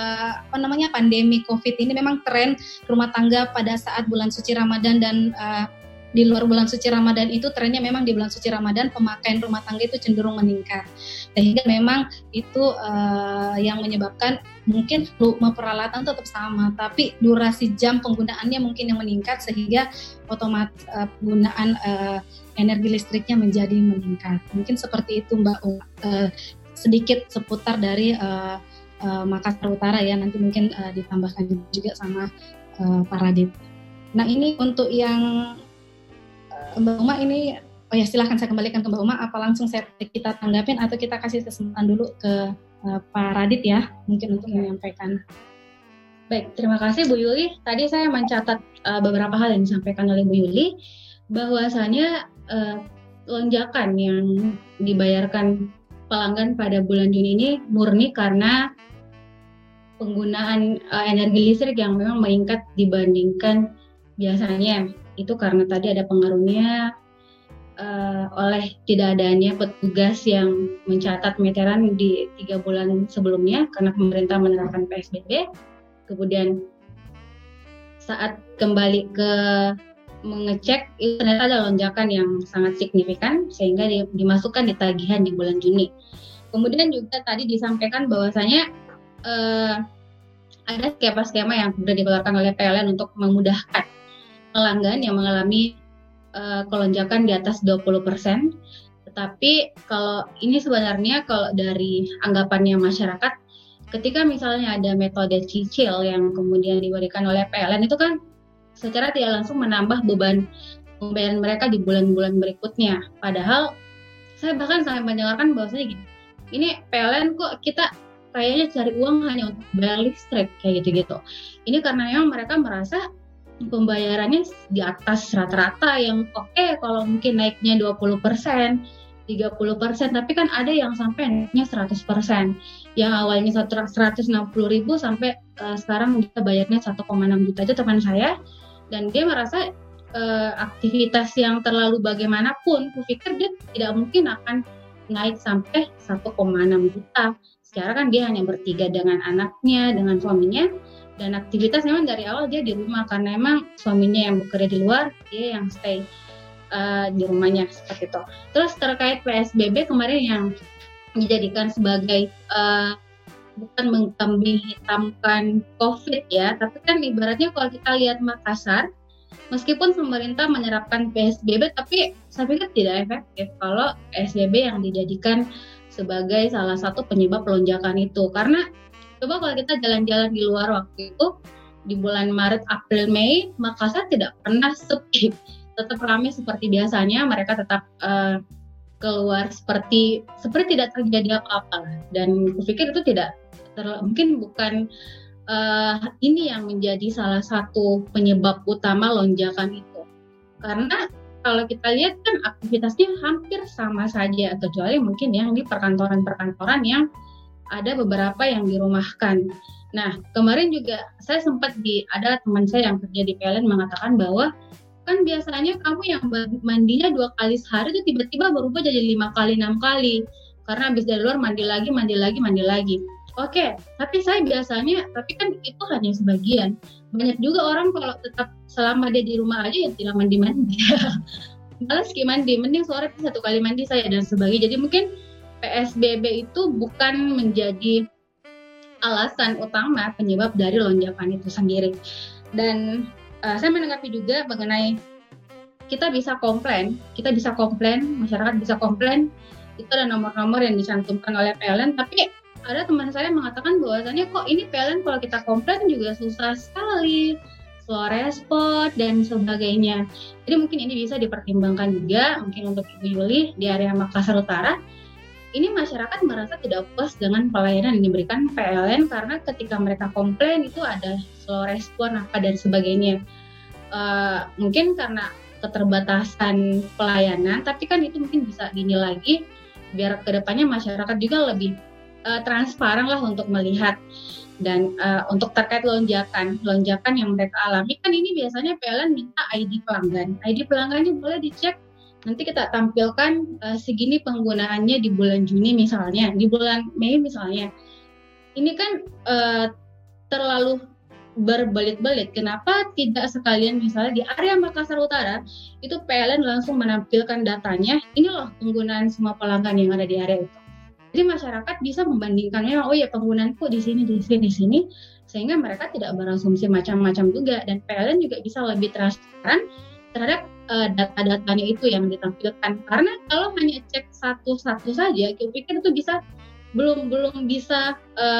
pandemi COVID ini memang tren rumah tangga pada saat bulan suci Ramadan dan di luar bulan suci Ramadan itu trennya memang di bulan suci Ramadan pemakaian rumah tangga itu cenderung meningkat, sehingga memang itu yang menyebabkan mungkin peralatan tetap sama tapi durasi jam penggunaannya mungkin yang meningkat sehingga otomatis penggunaan energi listriknya menjadi meningkat. Mungkin seperti itu Mbak, sedikit seputar dari Makassar Utara ya, nanti mungkin ditambahkan juga sama Pak Radit. Nah, ini untuk yang Mbak Uma ini, silahkan saya kembalikan ke Mbak Uma, apa langsung kita tanggapin atau kita kasih kesempatan dulu ke Pak Radit ya, mungkin untuk menyampaikan. Baik, terima kasih Bu Yuli. Tadi saya mencatat beberapa hal yang disampaikan oleh Bu Yuli, bahwasanya lonjakan yang dibayarkan pelanggan pada bulan Juni ini murni karena penggunaan energi listrik yang memang meningkat dibandingkan biasanya. Itu karena tadi ada pengaruhnya oleh tidak adanya petugas yang mencatat meteran di 3 bulan sebelumnya karena pemerintah menerapkan PSBB. Kemudian saat kembali ke mengecek, itu ternyata ada lonjakan yang sangat signifikan sehingga dimasukkan di tagihan di bulan Juni. Kemudian juga tadi disampaikan bahwasanya ada skema-skema yang sudah dikeluarkan oleh PLN untuk memudahkan pelanggan yang mengalami kelonjakan di atas 20%. Tetapi kalau ini sebenarnya kalau dari anggapannya masyarakat, ketika misalnya ada metode cicil yang kemudian diberikan oleh PLN itu kan secara tidak langsung menambah beban pembayaran mereka di bulan-bulan berikutnya. Padahal saya bahkan sampai mendengarkan bahwasanya gini, ini PLN kok kita kayaknya cari uang hanya untuk bayar listrik kayak gitu-gitu. Ini karena memang mereka merasa pembayarannya di atas rata-rata yang oke, kalau mungkin naiknya 20%, 30%, tapi kan ada yang sampai naiknya 100%. Yang awalnya 160.000 sampai sekarang kita bayarnya 1,6 juta aja teman saya. Dan dia merasa aktivitas yang terlalu bagaimanapun, kupikir dia tidak mungkin akan naik sampai 1,6 juta. Secara kan dia hanya bertiga dengan anaknya, dengan suaminya. Dan aktivitas memang dari awal dia di rumah karena memang suaminya yang bekerja di luar, dia yang stay di rumahnya seperti itu. Terus terkait PSBB kemarin yang dijadikan sebagai bukan mengkambing hitamkan COVID ya, tapi kan ibaratnya kalau kita lihat Makassar, meskipun pemerintah menerapkan PSBB, tapi saya pikir tidak efektif kalau PSBB yang dijadikan sebagai salah satu penyebab lonjakan itu. Karena coba kalau kita jalan-jalan di luar waktu itu, di bulan Maret, April, Mei, Makassar tidak pernah sepi. Tetap ramai seperti biasanya, mereka tetap keluar seperti tidak terjadi apa-apa. Dan kupikir itu mungkin bukan ini yang menjadi salah satu penyebab utama lonjakan itu. Karena kalau kita lihat kan aktivitasnya hampir sama saja, kecuali mungkin yang di perkantoran-perkantoran yang ada beberapa yang dirumahkan. Nah, kemarin juga saya sempat ada teman saya yang kerja di PLN mengatakan bahwa kan biasanya kamu yang mandinya 2 kali sehari itu tiba-tiba berubah jadi 5 kali, 6 kali. Karena habis dari luar mandi lagi. Oke, tapi saya biasanya, tapi kan itu hanya sebagian. Banyak juga orang kalau tetap selama dia di rumah aja ya tidak mandi-mandi. Malas mandi, mending sore 1 kali mandi saya dan sebagainya. Jadi mungkin PSBB itu bukan menjadi alasan utama penyebab dari lonjakan itu sendiri. Dan saya menanggapi juga mengenai kita bisa komplain, masyarakat bisa komplain, itu ada nomor-nomor yang dicantumkan oleh PLN, tapi ada teman saya mengatakan bahwasannya kok ini PLN kalau kita komplain juga susah sekali, slow respon dan sebagainya. Jadi mungkin ini bisa dipertimbangkan juga, mungkin untuk Ibu Yuli di area Makassar Utara. Ini masyarakat merasa tidak puas dengan pelayanan yang diberikan PLN karena ketika mereka komplain itu ada slow respon apa dan sebagainya. Mungkin karena keterbatasan pelayanan, tapi kan itu mungkin bisa gini lagi biar kedepannya masyarakat juga lebih transparan lah untuk melihat. Dan untuk terkait lonjakan yang mereka alami kan ini biasanya PLN minta ID pelanggan. ID pelanggannya boleh dicek. Nanti kita tampilkan segini penggunaannya di bulan Juni misalnya, di bulan Mei misalnya. Ini kan terlalu berbelit-belit. Kenapa tidak sekalian misalnya di area Makassar Utara itu PLN langsung menampilkan datanya, ini loh penggunaan semua pelanggan yang ada di area itu. Jadi masyarakat bisa membandingkannya, oh ya penggunaanku di sini, sehingga mereka tidak berasumsi macam-macam juga. Dan PLN juga bisa lebih transparan terhadap data-datanya itu yang ditampilkan. Karena kalau hanya cek satu-satu saja, aku pikir itu belum bisa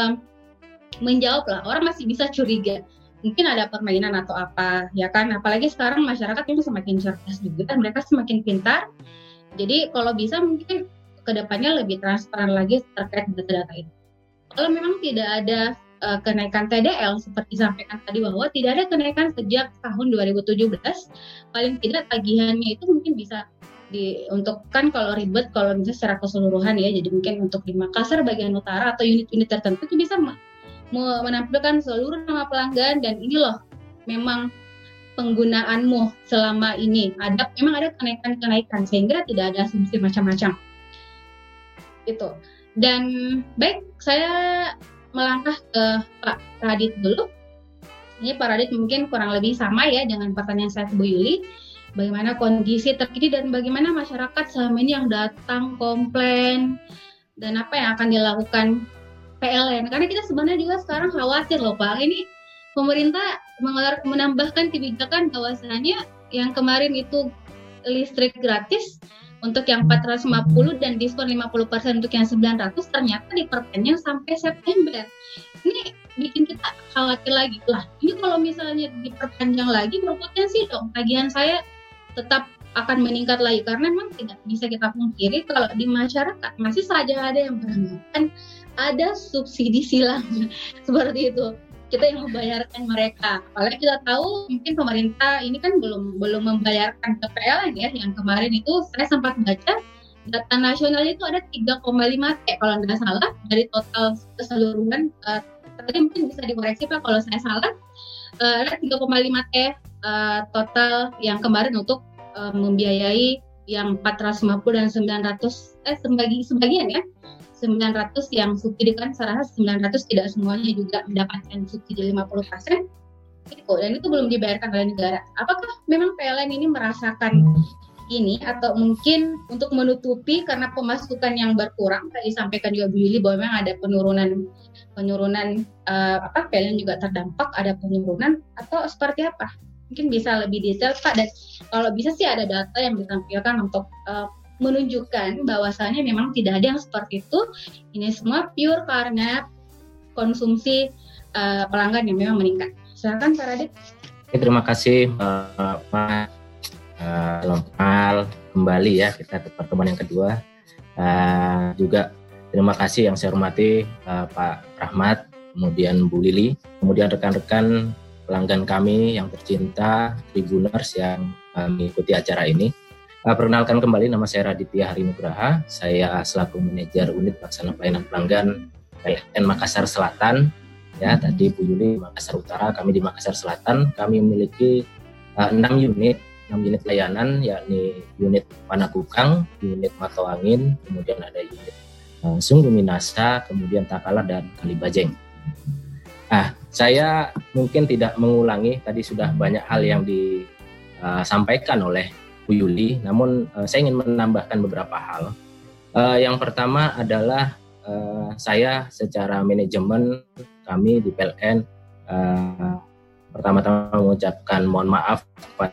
menjawab lah. Orang masih bisa curiga. Mungkin ada permainan atau apa, ya kan? Apalagi sekarang masyarakat itu semakin cerdas juga, mereka semakin pintar. Jadi kalau bisa mungkin kedepannya lebih transparan lagi terkait data-data itu. Kalau memang tidak ada kenaikan TDL seperti disampaikan tadi bahwa tidak ada kenaikan sejak tahun 2017, paling tidak tagihannya itu mungkin bisa untuk kan kalau ribet kalau misalnya secara keseluruhan ya, jadi mungkin untuk di Makassar bagian utara atau unit-unit tertentu itu bisa menampilkan seluruh nama pelanggan dan ini loh memang penggunaanmu selama ini memang ada kenaikan sehingga tidak ada asumsi macam-macam itu. Dan baik, saya melangkah ke Pak Radit dulu. Ini Pak Radit mungkin kurang lebih sama ya dengan pertanyaan saya ke Bu Yuli. Bagaimana kondisi terkini dan bagaimana masyarakat selama ini yang datang komplain dan apa yang akan dilakukan PLN. Karena kita sebenarnya juga sekarang khawatir loh Pak, ini pemerintah menambahkan kebijakan bahwasannya yang kemarin itu listrik gratis untuk yang 450 dan diskon 50% untuk yang 900 ternyata diperpanjang sampai September. Ini bikin kita khawatir lagi lah. Ini kalau misalnya diperpanjang lagi berpotensi dong tagihan saya tetap akan meningkat lagi, karena memang tidak bisa kita pungkiri kalau di masyarakat masih saja ada yang beranggapan ada subsidi silang seperti itu. Kita yang membayarkan mereka. Apalagi kita tahu mungkin pemerintah ini kan belum membayarkan ke PLN ya. Yang kemarin itu saya sempat baca data nasional itu ada 3,5 T kalau tidak salah dari total keseluruhan. Tadi mungkin bisa dikoreksi Pak kalau saya salah. Ada 3,5 T total yang kemarin untuk membiayai yang 450 dan 900 sebagian ya. 900 yang subsidi kan saya rasa 900 tidak semuanya juga mendapatkan subsidi 50%. Dan itu belum dibayarkan oleh negara. Apakah memang PLN ini merasakan ini atau mungkin untuk menutupi karena pemasukan yang berkurang? Tadi disampaikan juga Bu Yuli bahwa memang ada penurunan PLN juga terdampak, ada penurunan atau seperti apa? Mungkin bisa lebih detail Pak, dan kalau bisa sih ada data yang ditampilkan untuk menunjukkan bahwasannya memang tidak ada yang seperti itu. Ini semua pure karena konsumsi pelanggan yang memang meningkat. Silakan Pak Radit. Terima kasih Pak. Salam kenal kembali ya, kita ke pertemuan yang kedua. Juga terima kasih yang saya hormati Pak Rahmat, kemudian Bu Lili, kemudian rekan-rekan pelanggan kami yang tercinta, Tribuners yang mengikuti acara ini. Perkenalkan kembali, nama saya Raditya Harinugraha. Saya selaku manajer unit pelaksana pelayanan pelanggan PLN Makassar Selatan. Ya, tadi Bu Yuli Makassar Utara, kami di Makassar Selatan. Kami memiliki 6 unit layanan, yakni unit Panakukang, unit Matauangin, kemudian ada unit Sungguh Minasa, kemudian Takala dan Kalibajeng. Saya mungkin tidak mengulangi, tadi sudah banyak hal yang disampaikan oleh Bu Yuli, namun saya ingin menambahkan beberapa hal. Yang pertama adalah saya secara manajemen kami di PLN pertama-tama mengucapkan mohon maaf kepada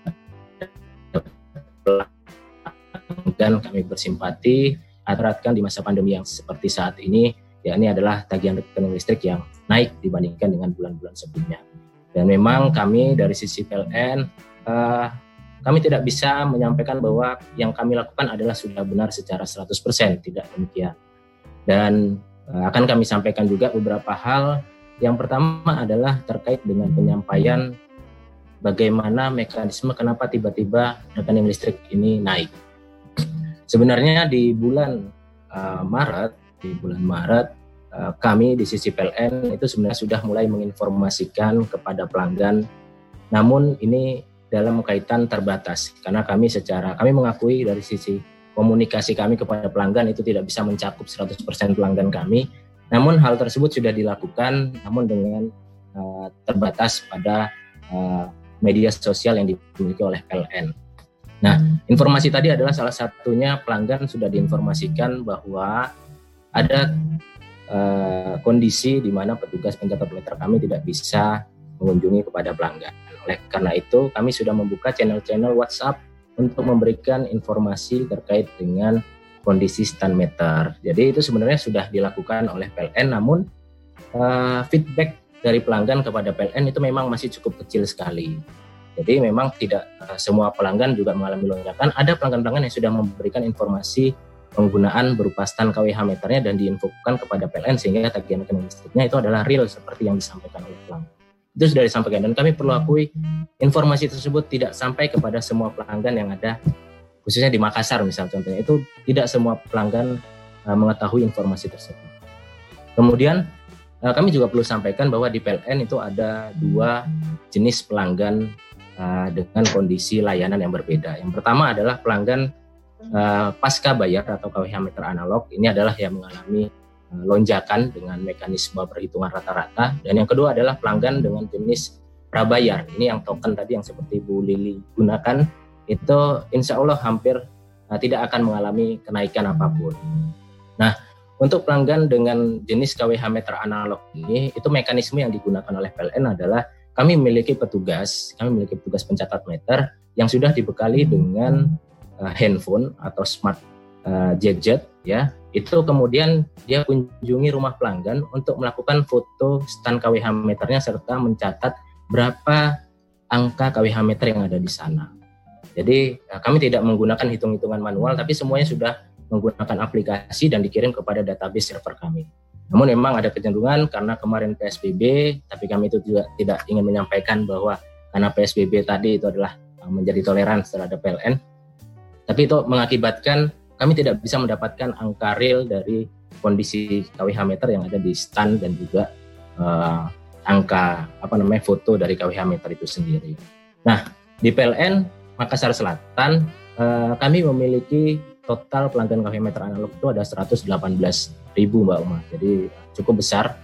pelanggan, kami bersimpati atas di masa pandemi yang seperti saat ini, yakni adalah tagihan rekening listrik yang naik dibandingkan dengan bulan-bulan sebelumnya. Dan memang kami dari sisi PLN kami tidak bisa menyampaikan bahwa yang kami lakukan adalah sudah benar secara 100%, tidak demikian. Dan akan kami sampaikan juga beberapa hal. Yang pertama adalah terkait dengan penyampaian bagaimana mekanisme kenapa tiba-tiba rekening listrik ini naik. Sebenarnya di bulan Maret, kami di sisi PLN itu sebenarnya sudah mulai menginformasikan kepada pelanggan, namun ini dalam kaitan terbatas karena kami mengakui dari sisi komunikasi kami kepada pelanggan itu tidak bisa mencakup 100% pelanggan kami. Namun hal tersebut sudah dilakukan, namun dengan terbatas pada media sosial yang dimiliki oleh PLN. Nah, informasi tadi adalah salah satunya pelanggan sudah diinformasikan bahwa ada kondisi di mana petugas pencatat meter kami tidak bisa mengunjungi kepada pelanggan. Oleh karena itu, kami sudah membuka channel-channel WhatsApp untuk memberikan informasi terkait dengan kondisi stand meter. Jadi itu sebenarnya sudah dilakukan oleh PLN, namun feedback dari pelanggan kepada PLN itu memang masih cukup kecil sekali. Jadi memang tidak semua pelanggan juga mengalami lonjakan. Ada pelanggan-pelanggan yang sudah memberikan informasi penggunaan berupa stand KWH meternya dan diinfokan kepada PLN sehingga tagihan rekening listriknya itu adalah real seperti yang disampaikan oleh pelanggan. Itu sudah disampaikan dan kami perlu akui informasi tersebut tidak sampai kepada semua pelanggan yang ada, khususnya di Makassar misalnya contohnya, itu tidak semua pelanggan mengetahui informasi tersebut. Kemudian kami juga perlu sampaikan bahwa di PLN itu ada 2 jenis pelanggan dengan kondisi layanan yang berbeda. Yang pertama adalah pelanggan pasca bayar atau KWH meter analog, ini adalah yang mengalami lonjakan dengan mekanisme perhitungan rata-rata, dan yang kedua adalah pelanggan dengan jenis prabayar. Ini yang token tadi yang seperti Bu Lili gunakan itu insya Allah hampir tidak akan mengalami kenaikan apapun. Nah, untuk pelanggan dengan jenis KWH meter analog ini, itu mekanisme yang digunakan oleh PLN adalah kami memiliki petugas pencatat meter yang sudah dibekali dengan handphone atau smart gadget ya. Itu kemudian dia kunjungi rumah pelanggan untuk melakukan foto stand KWH meternya serta mencatat berapa angka KWH meter yang ada di sana. Jadi kami tidak menggunakan hitung-hitungan manual, tapi semuanya sudah menggunakan aplikasi dan dikirim kepada database server kami. Namun memang ada kecenderungan karena kemarin PSBB, tapi kami itu juga tidak ingin menyampaikan bahwa karena PSBB tadi itu adalah menjadi toleransi terhadap PLN. Tapi itu mengakibatkan kami tidak bisa mendapatkan angka real dari kondisi KWH meter yang ada di stand dan juga angka foto dari KWH meter itu sendiri. Nah, di PLN Makassar Selatan kami memiliki total pelanggan KWH meter analog itu ada 118.000 Mbak Uma, jadi cukup besar.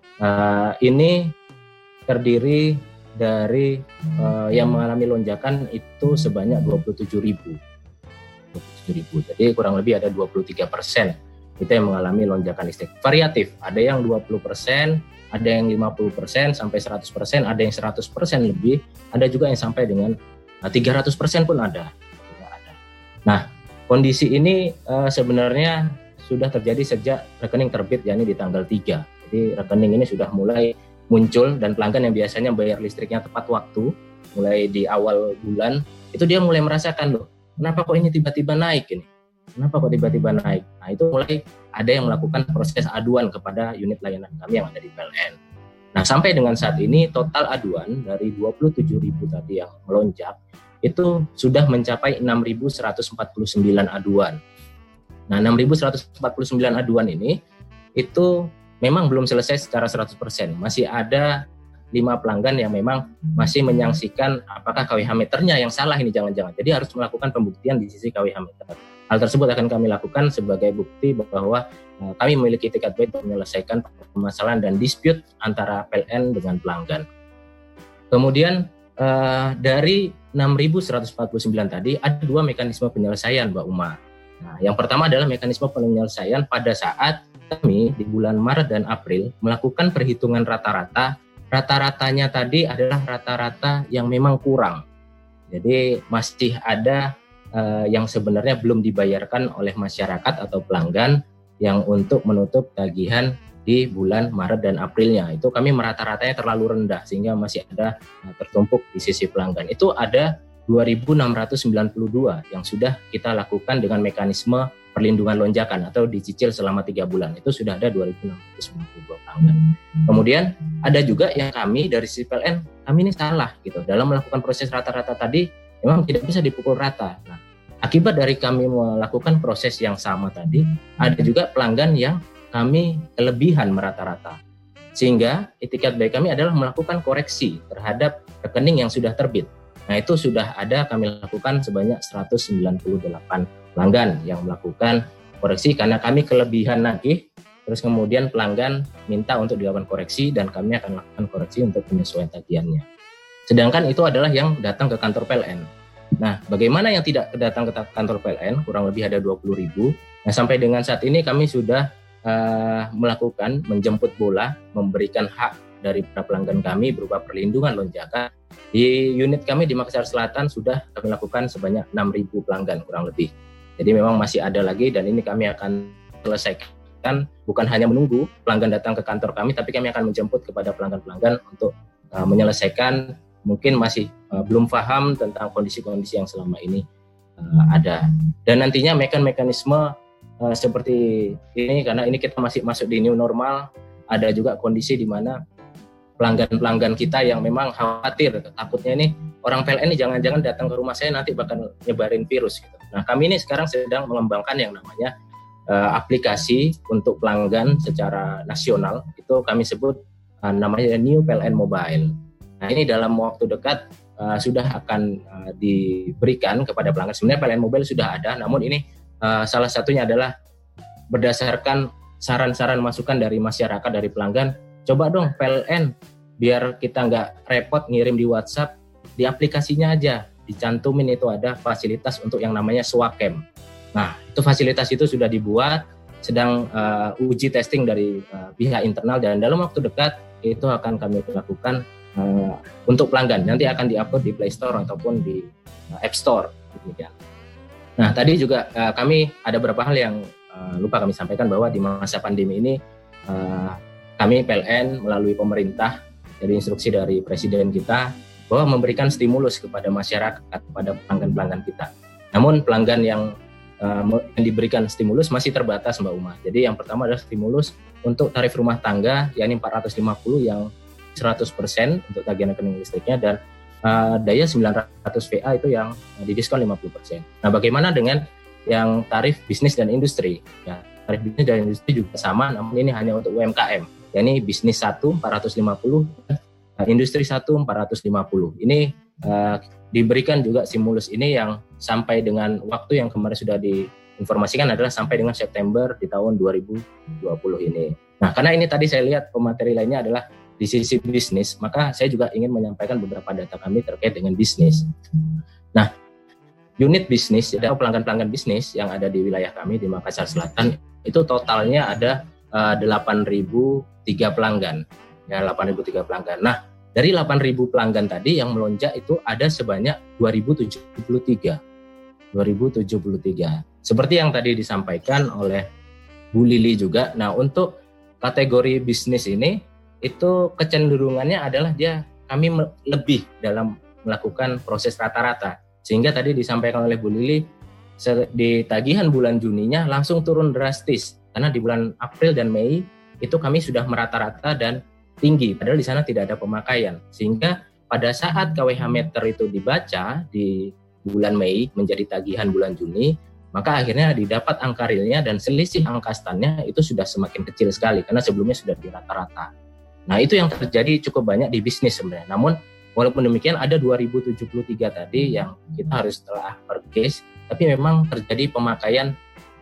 Ini terdiri dari yang mengalami lonjakan itu sebanyak 27.000. Jadi kurang lebih ada 23% itu yang mengalami lonjakan listrik. Variatif, ada yang 20%, ada yang 50% sampai 100%, ada yang 100% lebih, ada juga yang sampai dengan 300% pun ada. Nah, kondisi ini sebenarnya sudah terjadi sejak rekening terbit, yakni di tanggal 3. Jadi rekening ini sudah mulai muncul dan pelanggan yang biasanya bayar listriknya tepat waktu, mulai di awal bulan, itu dia mulai merasakan loh, kenapa kok ini tiba-tiba naik ini? Kenapa kok tiba-tiba naik? Nah, itu mulai ada yang melakukan proses aduan kepada unit layanan kami yang ada di PLN. Nah, sampai dengan saat ini total aduan dari 27.000 tadi yang melonjak, itu sudah mencapai 6.149 aduan. Nah, 6.149 aduan ini itu memang belum selesai secara 100%. Masih ada 5 pelanggan yang memang masih menyaksikan apakah KWH meternya yang salah ini jangan-jangan. Jadi harus melakukan pembuktian di sisi KWH meter. Hal tersebut akan kami lakukan sebagai bukti bahwa kami memiliki etikat baik untuk menyelesaikan permasalahan dan dispute antara PLN dengan pelanggan. Kemudian dari 6.149 tadi ada 2 mekanisme penyelesaian, Mbak Uma. Nah, yang pertama adalah mekanisme penyelesaian pada saat kami di bulan Maret dan April melakukan perhitungan rata-rata. Rata-ratanya tadi adalah rata-rata yang memang kurang. Jadi masih ada yang sebenarnya belum dibayarkan oleh masyarakat atau pelanggan yang untuk menutup tagihan di bulan Maret dan Aprilnya. Itu kami merata-ratanya terlalu rendah sehingga masih ada tertumpuk di sisi pelanggan. Itu ada 2.692 yang sudah kita lakukan dengan mekanisme perlindungan lonjakan atau dicicil selama 3 bulan. Itu sudah ada 2.692 pelanggan. Kemudian ada juga yang kami dari sisi PLN, kami ini salah gitu. Dalam melakukan proses rata-rata tadi memang tidak bisa dipukul rata. Nah, akibat dari kami melakukan proses yang sama tadi, ada juga pelanggan yang kami kelebihan merata-rata. Sehingga etikat baik kami adalah melakukan koreksi terhadap rekening yang sudah terbit. Nah, itu sudah ada kami lakukan sebanyak 198 pelanggan yang melakukan koreksi karena kami kelebihan lagi. Terus kemudian pelanggan minta untuk dilakukan koreksi dan kami akan lakukan koreksi untuk penyesuaian tagihannya. Sedangkan itu adalah yang datang ke kantor PLN. Nah, bagaimana yang tidak datang ke kantor PLN? Kurang lebih ada 20.000. Nah, sampai dengan saat ini kami sudah melakukan menjemput bola, memberikan hak dari para pelanggan kami berupa perlindungan lonjakan. Di unit kami di Makassar Selatan sudah kami lakukan sebanyak 6.000 pelanggan kurang lebih. Jadi memang masih ada lagi dan ini kami akan selesaikan, bukan hanya menunggu pelanggan datang ke kantor kami, tapi kami akan menjemput kepada pelanggan-pelanggan untuk menyelesaikan, mungkin masih belum paham tentang kondisi-kondisi yang selama ini ada. Dan nantinya mekanisme seperti ini, karena ini kita masih masuk di new normal, ada juga kondisi di mana pelanggan-pelanggan kita yang memang khawatir, takutnya ini orang PLN ini jangan-jangan datang ke rumah saya nanti bakal nyebarin virus gitu. Nah, kami ini sekarang sedang mengembangkan yang namanya aplikasi untuk pelanggan secara nasional, itu kami sebut namanya New PLN Mobile. Nah, ini dalam waktu dekat sudah akan diberikan kepada pelanggan. Sebenarnya PLN Mobile sudah ada, namun ini salah satunya adalah berdasarkan saran-saran masukan dari masyarakat, dari pelanggan. Coba dong PLN, biar kita nggak repot ngirim di WhatsApp, di aplikasinya aja dicantumin itu ada fasilitas untuk yang namanya Swacam. Nah, itu fasilitas itu sudah dibuat, sedang uji testing dari pihak internal dan dalam waktu dekat itu akan kami lakukan untuk pelanggan. Nanti akan di-upload di Play Store ataupun di App Store. Demikian. Nah, tadi juga kami ada beberapa hal yang lupa kami sampaikan, bahwa di masa pandemi ini kami PLN melalui pemerintah, dari instruksi dari Presiden kita, bahwa memberikan stimulus kepada masyarakat, kepada pelanggan-pelanggan kita. Namun pelanggan yang diberikan stimulus masih terbatas, Mbak Uma. Jadi yang pertama adalah stimulus untuk tarif rumah tangga, yakni 450 yang 100% untuk tagihan rekening listriknya, dan daya 900 VA itu yang didiskon 50%. Nah, bagaimana dengan yang tarif bisnis dan industri? Ya, tarif bisnis dan industri juga sama, namun ini hanya untuk UMKM. Yakni bisnis 1 450 dan industri 1 450. Ini diberikan juga stimulus ini yang sampai dengan waktu yang kemarin sudah diinformasikan adalah sampai dengan September di tahun 2020 ini. Nah, karena ini tadi saya lihat pemateri lainnya adalah di sisi bisnis, maka saya juga ingin menyampaikan beberapa data kami terkait dengan bisnis. Nah, unit bisnis atau pelanggan-pelanggan bisnis yang ada di wilayah kami di Makassar Selatan itu totalnya ada 8.003 pelanggan. Ya, 8.003 pelanggan. Nah, dari 8.000 pelanggan tadi yang melonjak itu ada sebanyak 2.073. Seperti yang tadi disampaikan oleh Bu Lili juga. Nah, untuk kategori bisnis ini itu kecenderungannya adalah kami lebih dalam melakukan proses rata-rata. Sehingga tadi disampaikan oleh Bu Lili, di tagihan bulan Juninya langsung turun drastis. Karena di bulan April dan Mei itu kami sudah merata-rata dan tinggi, padahal di sana tidak ada pemakaian. Sehingga pada saat KWH meter itu dibaca di bulan Mei menjadi tagihan bulan Juni, maka akhirnya didapat angka realnya dan selisih angka standnya itu sudah semakin kecil sekali karena sebelumnya sudah di rata-rata. Nah, itu yang terjadi cukup banyak di bisnis sebenarnya. Namun walaupun demikian ada 2073 tadi yang kita harus telah per case, tapi memang terjadi pemakaian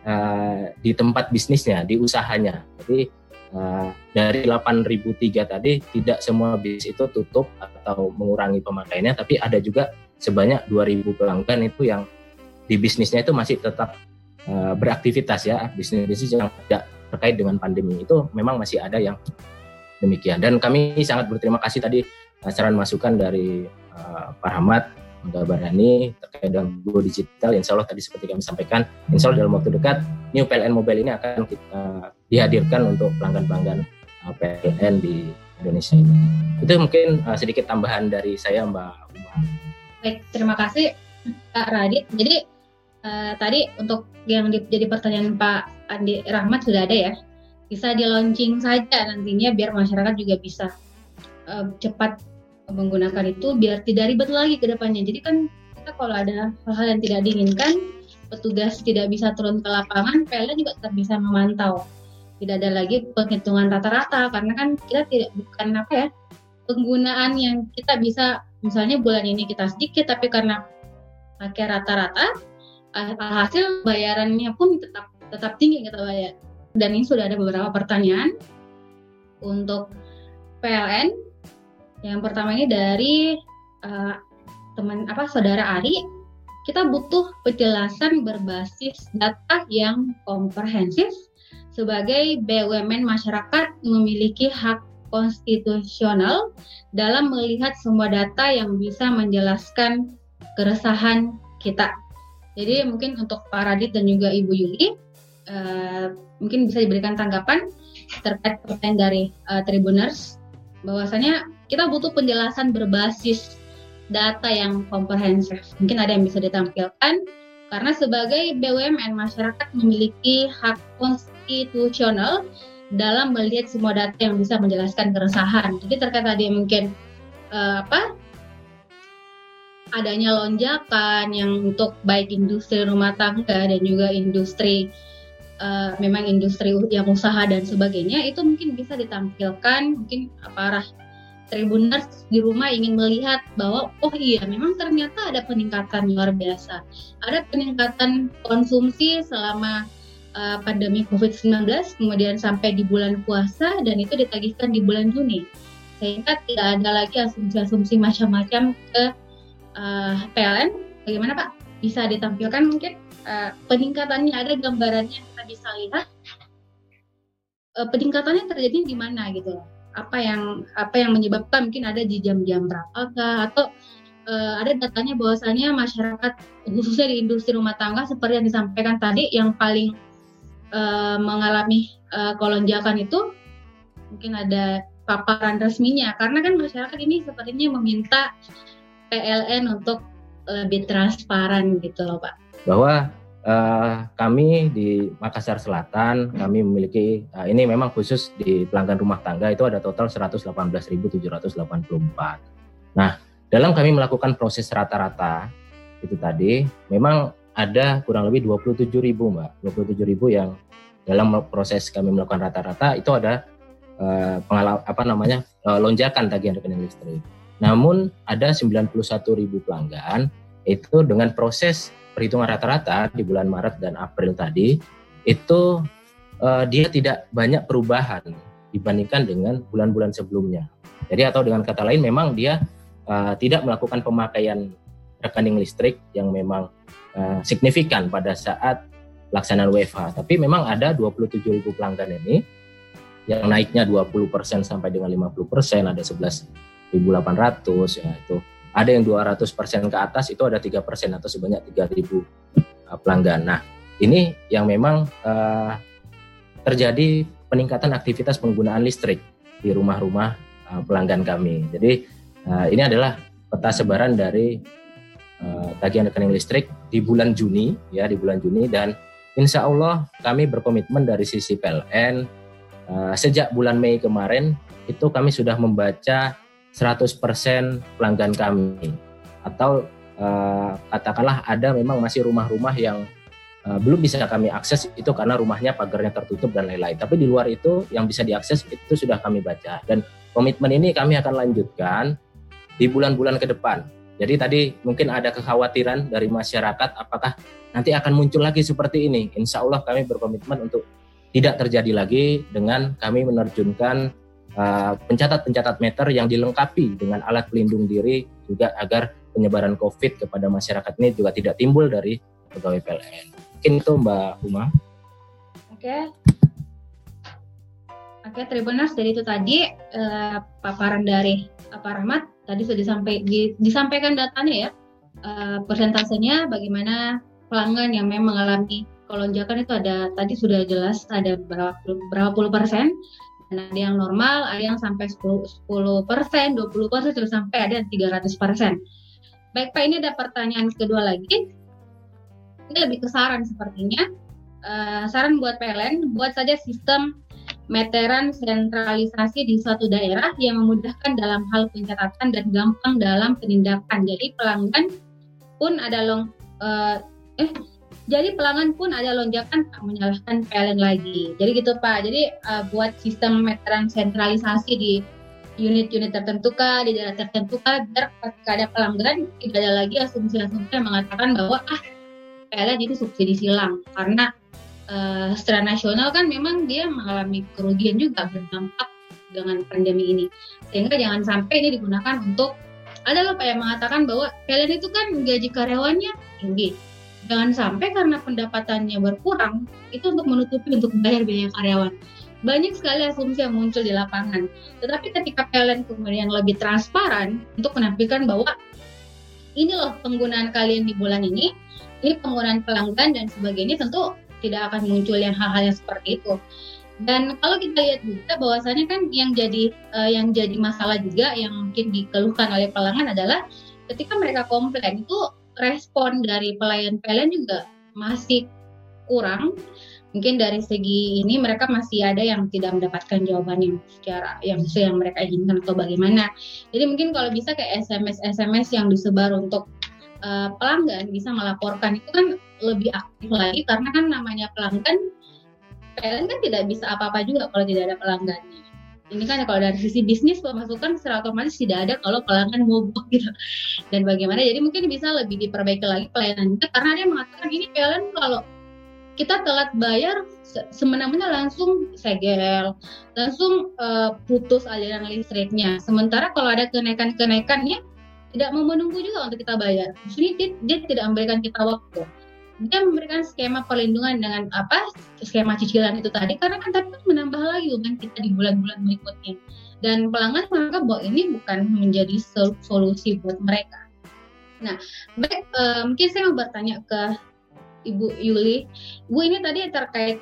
di tempat bisnisnya, di usahanya. Jadi dari 8.003 tadi tidak semua bisnis itu tutup atau mengurangi pemakaiannya, tapi ada juga sebanyak 2.000 pelanggan itu yang di bisnisnya itu masih tetap beraktivitas ya, bisnis-bisnis yang tidak terkait dengan pandemi itu memang masih ada yang demikian. Dan kami sangat berterima kasih tadi saran masukan dari Pak Rahmat Manggabarani terkait dengan Go Digital. Insya Allah tadi seperti kami sampaikan, insya Allah dalam waktu dekat New PLN Mobile ini akan kita dihadirkan untuk pelanggan-pelanggan PLN di Indonesia ini. Itu mungkin sedikit tambahan dari saya, Mbak Uma. Baik, terima kasih Pak Radit. Jadi tadi untuk yang jadi pertanyaan Pak Andi Rahmat sudah ada ya. Bisa di launching saja nantinya biar masyarakat juga bisa cepat menggunakan itu biar tidak ribet lagi ke depannya. Jadi kan kita kalau ada hal-hal yang tidak diinginkan, petugas tidak bisa turun ke lapangan, PLN juga tetap bisa memantau. Tidak ada lagi penghitungan rata-rata karena kan kita bukan penggunaan yang kita bisa misalnya bulan ini kita sedikit tapi karena pakai rata-rata hasil bayarannya pun tetap tinggi kita bayar. Dan ini sudah ada beberapa pertanyaan untuk PLN. Yang pertama ini dari saudara Ari. Kita butuh penjelasan berbasis data yang komprehensif. Sebagai BUMN, masyarakat memiliki hak konstitusional dalam melihat semua data yang bisa menjelaskan keresahan kita. Jadi mungkin untuk Pak Radit dan juga Ibu Yuli, mungkin bisa diberikan tanggapan terkait pertanyaan dari Tribuners, bahwasanya kita butuh penjelasan berbasis data yang komprehensif. Mungkin ada yang bisa ditampilkan, karena sebagai BUMN, masyarakat memiliki hak konstitusional dalam melihat semua data yang bisa menjelaskan keresahan. Jadi terkait tadi mungkin adanya lonjakan yang untuk baik industri rumah tangga dan juga industri memang industri yang usaha dan sebagainya, itu mungkin bisa ditampilkan. Mungkin para Tribuners di rumah ingin melihat bahwa oh iya memang ternyata ada peningkatan luar biasa, ada peningkatan konsumsi selama pandemi COVID-19, kemudian sampai di bulan puasa dan itu ditagihkan di bulan Juni, sehingga tidak ada lagi asumsi-asumsi macam-macam ke PLN. Bagaimana Pak? Bisa ditampilkan mungkin peningkatannya, ada gambarannya kita bisa lihat peningkatannya terjadi di mana gitu. apa yang menyebabkan, mungkin ada di jam-jam berapakah, atau ada datanya bahwasanya masyarakat khususnya di industri rumah tangga seperti yang disampaikan tadi, yang paling mengalami kelonjakan itu mungkin ada paparan resminya, karena kan masyarakat ini sepertinya meminta PLN untuk lebih transparan gitu loh Pak. Bahwa kami di Makassar Selatan, kami memiliki, ini memang khusus di pelanggan rumah tangga itu ada total 118.784. Nah, dalam kami melakukan proses rata-rata itu tadi, memang ada kurang lebih 27.000 Mbak, 27.000 yang dalam proses kami melakukan rata-rata itu ada lonjakan tagihan rekening listrik. Namun ada 91.000 pelanggan itu dengan proses perhitungan rata-rata di bulan Maret dan April tadi itu dia tidak banyak perubahan dibandingkan dengan bulan-bulan sebelumnya. Jadi atau dengan kata lain memang dia tidak melakukan pemakaian rekening listrik yang memang signifikan pada saat pelaksanaan WFH. Tapi memang ada 27.000 pelanggan ini yang naiknya 20% sampai dengan 50%, ada 11.800 ya itu. Ada yang 200% ke atas, itu ada 3% atau sebanyak 3.000 pelanggan. Nah, ini yang memang terjadi peningkatan aktivitas penggunaan listrik di rumah-rumah pelanggan kami. Jadi ini adalah peta sebaran dari tagihan rekening listrik di bulan Juni, ya di bulan Juni, dan insya Allah kami berkomitmen dari sisi PLN sejak bulan Mei kemarin itu kami sudah membaca 100% pelanggan kami, atau katakanlah ada memang masih rumah-rumah yang belum bisa kami akses itu karena rumahnya pagarnya tertutup dan lain-lain. Tapi di luar itu yang bisa diakses itu sudah kami baca, dan komitmen ini kami akan lanjutkan di bulan-bulan ke depan. Jadi tadi mungkin ada kekhawatiran dari masyarakat apakah nanti akan muncul lagi seperti ini. Insya Allah kami berkomitmen untuk tidak terjadi lagi dengan kami menerjunkan pencatat-pencatat meter yang dilengkapi dengan alat pelindung diri juga agar penyebaran COVID kepada masyarakat ini juga tidak timbul dari pegawai PLN. Mungkin itu Mbak Uma. Oke, Tribuners, dari itu tadi paparan dari Pak Rahmat tadi sudah disampaikan datanya ya, persentasenya bagaimana pelanggan yang memang mengalami kelonjakan itu ada tadi sudah jelas ada berapa puluh persen. Dan ada yang normal, ada yang sampai 10%, 20%, terus sampai ada 300%. Baik Pak, ini ada pertanyaan kedua lagi. Ini lebih ke saran sepertinya. Saran buat PLN, buat saja sistem meteran sentralisasi di suatu daerah yang memudahkan dalam hal pencatatan dan gampang dalam penindakan. Jadi pelanggan pun ada lonjakan tak menyalahkan PLN lagi. Jadi gitu Pak. Jadi buat sistem meteran sentralisasi di unit-unit tertentu di daerah tertentu biar ketika ada pelanggan tidak ada lagi asumsi-asumsi yang mengatakan bahwa PLN itu subsidi silang, karena secara nasional kan memang dia mengalami kerugian juga berdampak dengan pandemi ini. Sehingga jangan sampai ini digunakan untuk ada Pak yang mengatakan bahwa PLN itu kan gaji karyawannya tinggi. Jangan sampai karena pendapatannya berkurang, itu untuk menutupi untuk bayar biaya karyawan. Banyak sekali asumsi yang muncul di lapangan. Tetapi ketika PLN kemudian lebih transparan untuk menampilkan bahwa ini loh penggunaan kalian di bulan ini penggunaan pelanggan dan sebagainya, tentu tidak akan muncul yang hal-hal yang seperti itu. Dan kalau kita lihat juga bahwasanya kan yang jadi masalah juga yang mungkin dikeluhkan oleh pelanggan adalah ketika mereka komplain itu respon dari pelayan PLN juga masih kurang. Mungkin dari segi ini mereka masih ada yang tidak mendapatkan jawaban yang secara yang sesuai yang mereka inginkan atau bagaimana. Jadi mungkin kalau bisa kayak SMS yang disebar untuk pelanggan bisa melaporkan itu kan lebih aktif lagi, karena kan namanya pelanggan PLN kan tidak bisa apa-apa juga kalau tidak ada pelanggannya. Ini kan kalau dari sisi bisnis pemasukan secara otomatis tidak ada kalau pelanggan mogok gitu. Dan bagaimana? Jadi mungkin bisa lebih diperbaiki lagi pelayanan kita, karena dia mengatakan ini PLN kalau kita telat bayar semena-mena langsung segel, langsung putus aliran listriknya. Sementara kalau ada kenaikan-kenaikannya tidak mau menunggu juga untuk kita bayar. Maksudnya dia tidak memberikan kita waktu. Dia memberikan skema perlindungan dengan skema cicilan itu tadi, karena kan tapi menambah lagi beban kita di bulan-bulan berikutnya. dan pelanggan menganggap bahwa ini bukan menjadi solusi buat mereka. Nah, baik, mungkin saya mau bertanya ke Ibu Yuli. Bu, ini tadi terkait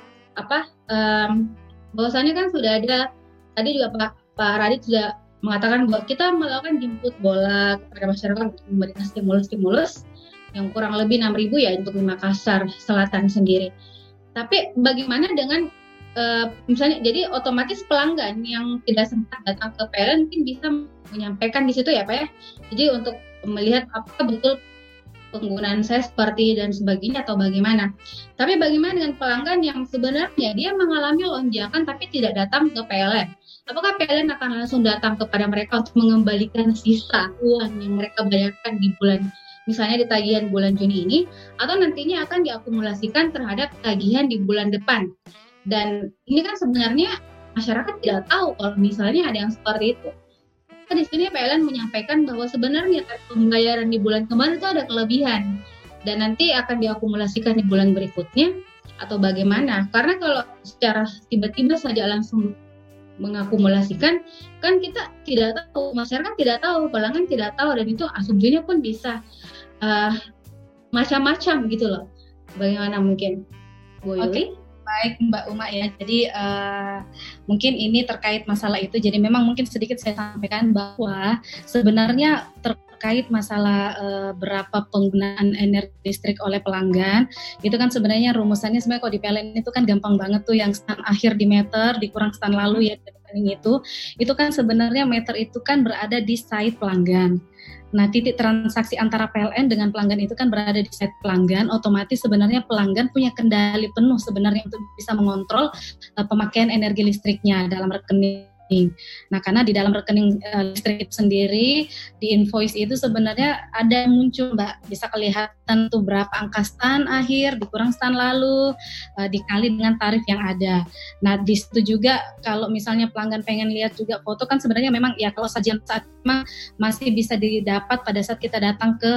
bahwasannya kan sudah ada, tadi juga Pak Radit sudah mengatakan bahwa kita melakukan jemput bola kepada masyarakat untuk memberikan stimulus yang kurang lebih 6.000 ya untuk di Makassar Selatan sendiri. Tapi bagaimana dengan misalnya, jadi otomatis pelanggan yang tidak sempat datang ke PLN mungkin bisa menyampaikan di situ ya Pak ya. Jadi untuk melihat apakah betul penggunaan saya seperti dan sebagainya atau bagaimana. Tapi bagaimana dengan pelanggan yang sebenarnya dia mengalami lonjakan tapi tidak datang ke PLN? Apakah PLN akan langsung datang kepada mereka untuk mengembalikan sisa uang yang mereka bayarkan di bulan, misalnya di tagihan bulan Juni ini, atau nantinya akan diakumulasikan terhadap tagihan di bulan depan? Dan ini kan sebenarnya masyarakat tidak tahu kalau misalnya ada yang seperti itu. Di sini PLN menyampaikan bahwa sebenarnya pembayaran di bulan kemarin itu ada kelebihan dan nanti akan diakumulasikan di bulan berikutnya atau bagaimana? Karena kalau secara tiba-tiba saja langsung mengakumulasikan, kan kita tidak tahu, masyarakat tidak tahu, pelanggan tidak tahu, dan itu asumsinya pun bisa macam-macam gitu loh. Bagaimana mungkin, Bu Yuli? Baik Mbak Uma ya, jadi mungkin ini terkait masalah itu, jadi memang mungkin sedikit saya sampaikan bahwa sebenarnya terkait masalah berapa penggunaan energi listrik oleh pelanggan, itu kan sebenarnya rumusannya sebenarnya kalau di PLN itu kan gampang banget tuh, yang stand akhir di meter dikurang stand lalu ya, itu kan sebenarnya meter itu kan berada di site pelanggan. Nah, titik transaksi antara PLN dengan pelanggan itu kan berada di site pelanggan, otomatis sebenarnya pelanggan punya kendali penuh sebenarnya untuk bisa mengontrol pemakaian energi listriknya dalam rekening. Nah, karena di dalam rekening listrik itu sendiri, di invoice itu sebenarnya ada muncul Mbak, bisa kelihatan tuh berapa angka stand akhir, dikurang stand lalu, dikali dengan tarif yang ada. Nah, di situ juga kalau misalnya pelanggan pengen lihat juga foto, kan sebenarnya memang ya kalau sajian saat memang masih bisa didapat pada saat kita datang ke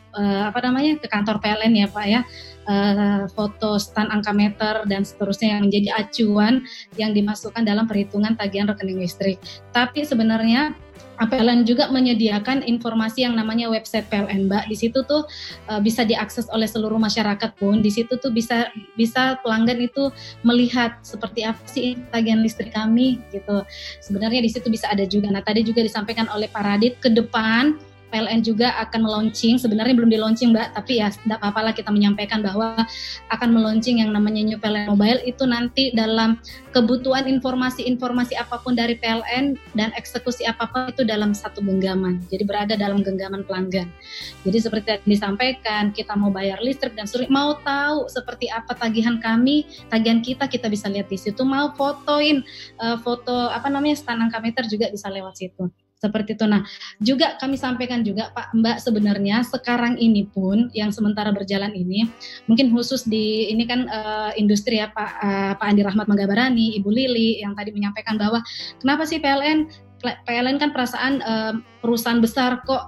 ke kantor PLN ya Pak ya. Foto stand angka meter dan seterusnya yang menjadi acuan yang dimasukkan dalam perhitungan tagihan rekening listrik. Tapi sebenarnya PLN juga menyediakan informasi yang namanya website PLN, Mbak. Di situ tuh bisa diakses oleh seluruh masyarakat pun. Di situ tuh bisa pelanggan itu melihat seperti apa sih tagihan listrik kami gitu. Sebenarnya di situ bisa ada juga. Nah, tadi juga disampaikan oleh Pak Radit, ke depan PLN juga akan meluncing, sebenarnya belum di-launching Mbak, tapi ya tidak apa-apa lah kita menyampaikan bahwa akan meluncing yang namanya New PLN Mobile, itu nanti dalam kebutuhan informasi apapun dari PLN dan eksekusi apapun itu dalam satu genggaman, jadi berada dalam genggaman pelanggan. Jadi seperti yang disampaikan, kita mau bayar listrik dan mau tahu seperti apa tagihan kami, tagihan kita bisa lihat di situ, mau fotoin foto stand angka meter juga bisa lewat situ. Seperti itu. Nah, juga kami sampaikan juga Pak Mbak, sebenarnya sekarang ini pun yang sementara berjalan ini, mungkin khusus di ini kan industri ya Pak Andi Rahmat Manggabarani, Ibu Lili yang tadi menyampaikan bahwa kenapa sih PLN kan perasaan perusahaan besar kok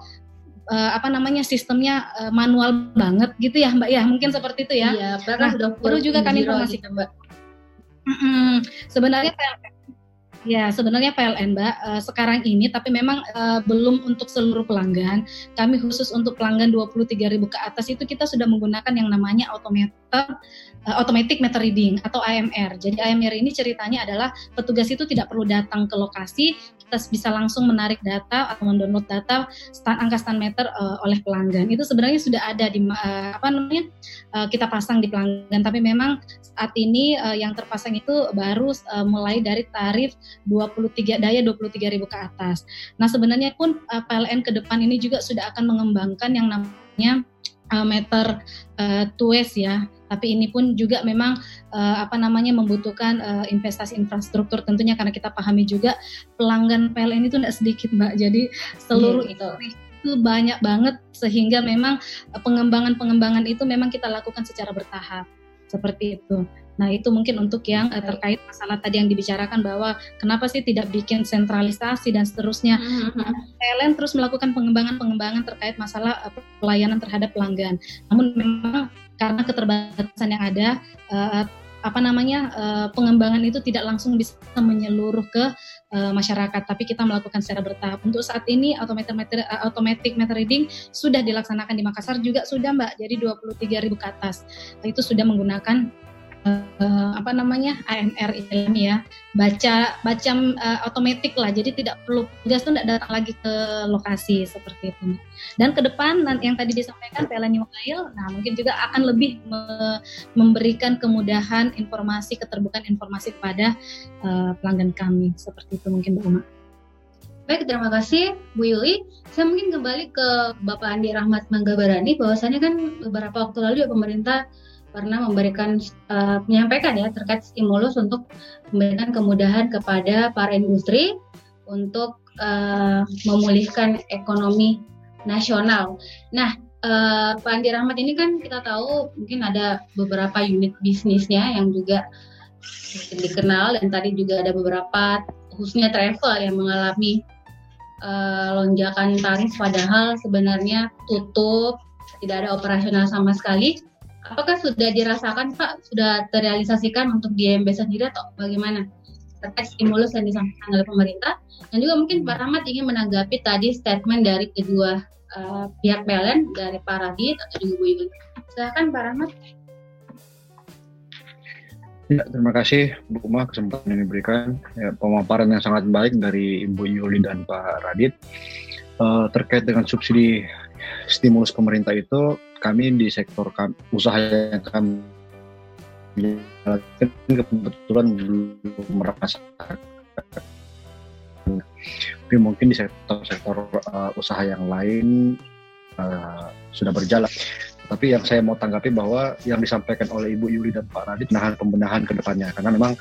sistemnya manual banget gitu ya Mbak ya, mungkin seperti itu ya. Iya, nah, perlu juga kami informasikan Mbak. Sebenarnya PLN Mbak sekarang ini, tapi memang belum untuk seluruh pelanggan. Kami khusus untuk pelanggan 23.000 ke atas itu kita sudah menggunakan yang namanya automatic meter reading atau AMR. Jadi AMR ini ceritanya adalah petugas itu tidak perlu datang ke lokasi, kita bisa langsung menarik data atau mendownload data angka stand meter oleh pelanggan. Itu sebenarnya sudah ada di kita pasang di pelanggan, tapi memang saat ini yang terpasang itu baru mulai dari tarif 23.000 ke atas. Nah, sebenarnya pun PLN ke depan ini juga sudah akan mengembangkan yang namanya meter tues ya. Tapi ini pun juga memang membutuhkan investasi infrastruktur tentunya, karena kita pahami juga pelanggan PLN itu tidak sedikit Mbak. Jadi seluruh itu banyak banget, sehingga memang pengembangan itu memang kita lakukan secara bertahap. Seperti itu. Nah, itu mungkin untuk yang terkait masalah tadi yang dibicarakan bahwa kenapa sih tidak bikin sentralisasi dan seterusnya. PLN terus melakukan pengembangan terkait masalah pelayanan terhadap pelanggan. Namun memang karena keterbatasan yang ada, pengembangan itu tidak langsung bisa menyeluruh ke masyarakat, tapi kita melakukan secara bertahap. Untuk saat ini automatic meter reading sudah dilaksanakan di Makassar juga sudah Mbak, jadi 23.000 ke atas. Itu sudah menggunakan AMR ini ya, baca otomatis lah, jadi tidak perlu petugas itu tidak datang lagi ke lokasi seperti itu. Dan ke depan yang tadi disampaikan PLN Mobile, nah mungkin juga akan lebih memberikan kemudahan informasi, keterbukaan informasi kepada pelanggan kami, seperti itu mungkin Bu Uma. Baik, terima kasih Bu Yuli. Saya mungkin kembali ke Bapak Andi Rahmat Manggabarani, bahwasannya kan beberapa waktu lalu ya pemerintah pernah menyampaikan ya terkait stimulus untuk memberikan kemudahan kepada para industri untuk memulihkan ekonomi nasional. Nah, Pak Andi Rahmat ini kan kita tahu mungkin ada beberapa unit bisnisnya yang juga dikenal, dan tadi juga ada beberapa khususnya travel yang mengalami lonjakan tarif padahal sebenarnya tutup, tidak ada operasional sama sekali. Apakah sudah dirasakan Pak, sudah terrealisasikan untuk di IMB sendiri atau bagaimana terkait stimulus yang disampaikan oleh pemerintah? Dan juga mungkin Pak Rahmat ingin menanggapi tadi statement dari kedua pihak PLN, dari Pak Radit atau juga Bu Yuli. Silakan Pak Rahmat. Ya, terima kasih Bu Uma kesempatan yang diberikan. Ya, pemaparan yang sangat baik dari Ibu Yuli dan Pak Radit terkait dengan subsidi stimulus pemerintah itu. Kami di sektor usaha yang kami jalankan kebetulan belum merasakan, tapi mungkin di sektor usaha yang lain sudah berjalan. Tapi yang saya mau tanggapi bahwa yang disampaikan oleh Ibu Yuli dan Pak Radit pembenahan ke depannya, karena memang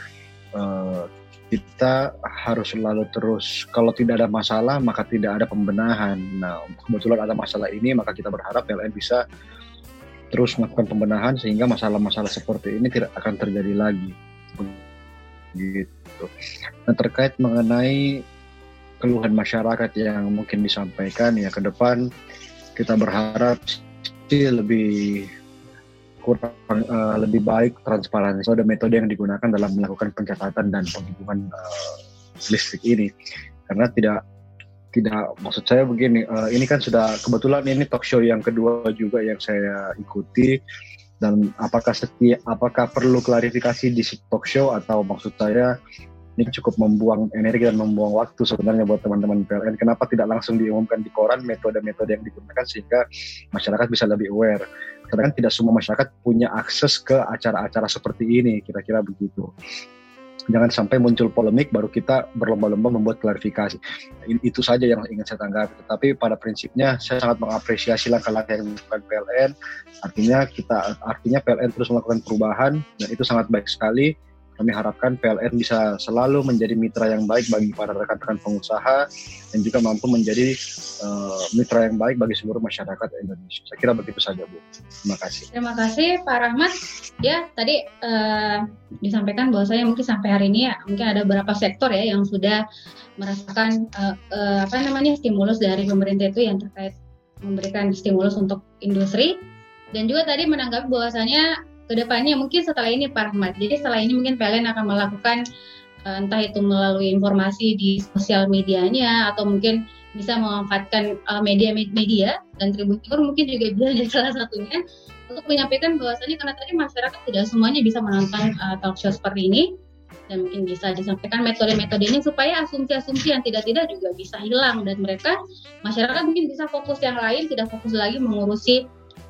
kita harus selalu terus, kalau tidak ada masalah maka tidak ada pembenahan. Nah, kebetulan ada masalah ini, maka kita berharap PLN bisa terus melakukan pembenahan sehingga masalah-masalah seperti ini tidak akan terjadi lagi. Gitu. Nah, terkait mengenai keluhan masyarakat yang mungkin disampaikan, ya ke depan kita berharap sih lebih baik transparansi pada metode yang digunakan dalam melakukan pencatatan dan penghitungan listrik ini, karena tidak maksud saya begini, ini kan sudah kebetulan ini talk show yang kedua juga yang saya ikuti, dan apakah perlu klarifikasi di talk show, atau maksud saya ini cukup membuang energi dan membuang waktu sebenarnya buat teman-teman PLN. Kenapa tidak langsung diumumkan di koran metode-metode yang digunakan sehingga masyarakat bisa lebih aware? Karena kan tidak semua masyarakat punya akses ke acara-acara seperti ini, kira-kira begitu. Jangan sampai muncul polemik baru kita berlomba-lomba membuat klarifikasi. Itu saja yang ingin saya tanggapi. Tetapi pada prinsipnya saya sangat mengapresiasi langkah-langkah yang dilakukan PLN. Artinya PLN terus melakukan perubahan, dan itu sangat baik sekali. Kami harapkan PLN bisa selalu menjadi mitra yang baik bagi para rekan-rekan pengusaha, dan juga mampu menjadi mitra yang baik bagi seluruh masyarakat Indonesia. Saya kira begitu saja, Bu. Terima kasih. Terima kasih Pak Rahmat. Ya, tadi disampaikan bahwasanya mungkin sampai hari ini ya, mungkin ada beberapa sektor ya yang sudah merasakan stimulus dari pemerintah itu yang terkait memberikan stimulus untuk industri, dan juga tadi menanggapi bahwasanya kedepannya mungkin setelah ini Pak Rahmat, jadi setelah ini mungkin PLN akan melakukan entah itu melalui informasi di sosial medianya, atau mungkin bisa memanfaatkan media-media, dan Tribun Timur mungkin juga bisa jadi salah satunya untuk menyampaikan bahwasanya, karena tadi masyarakat tidak semuanya bisa menonton talk show seperti ini, dan mungkin bisa disampaikan metode-metode ini supaya asumsi-asumsi yang tidak-tidak juga bisa hilang, dan masyarakat mungkin bisa fokus yang lain, tidak fokus lagi mengurusi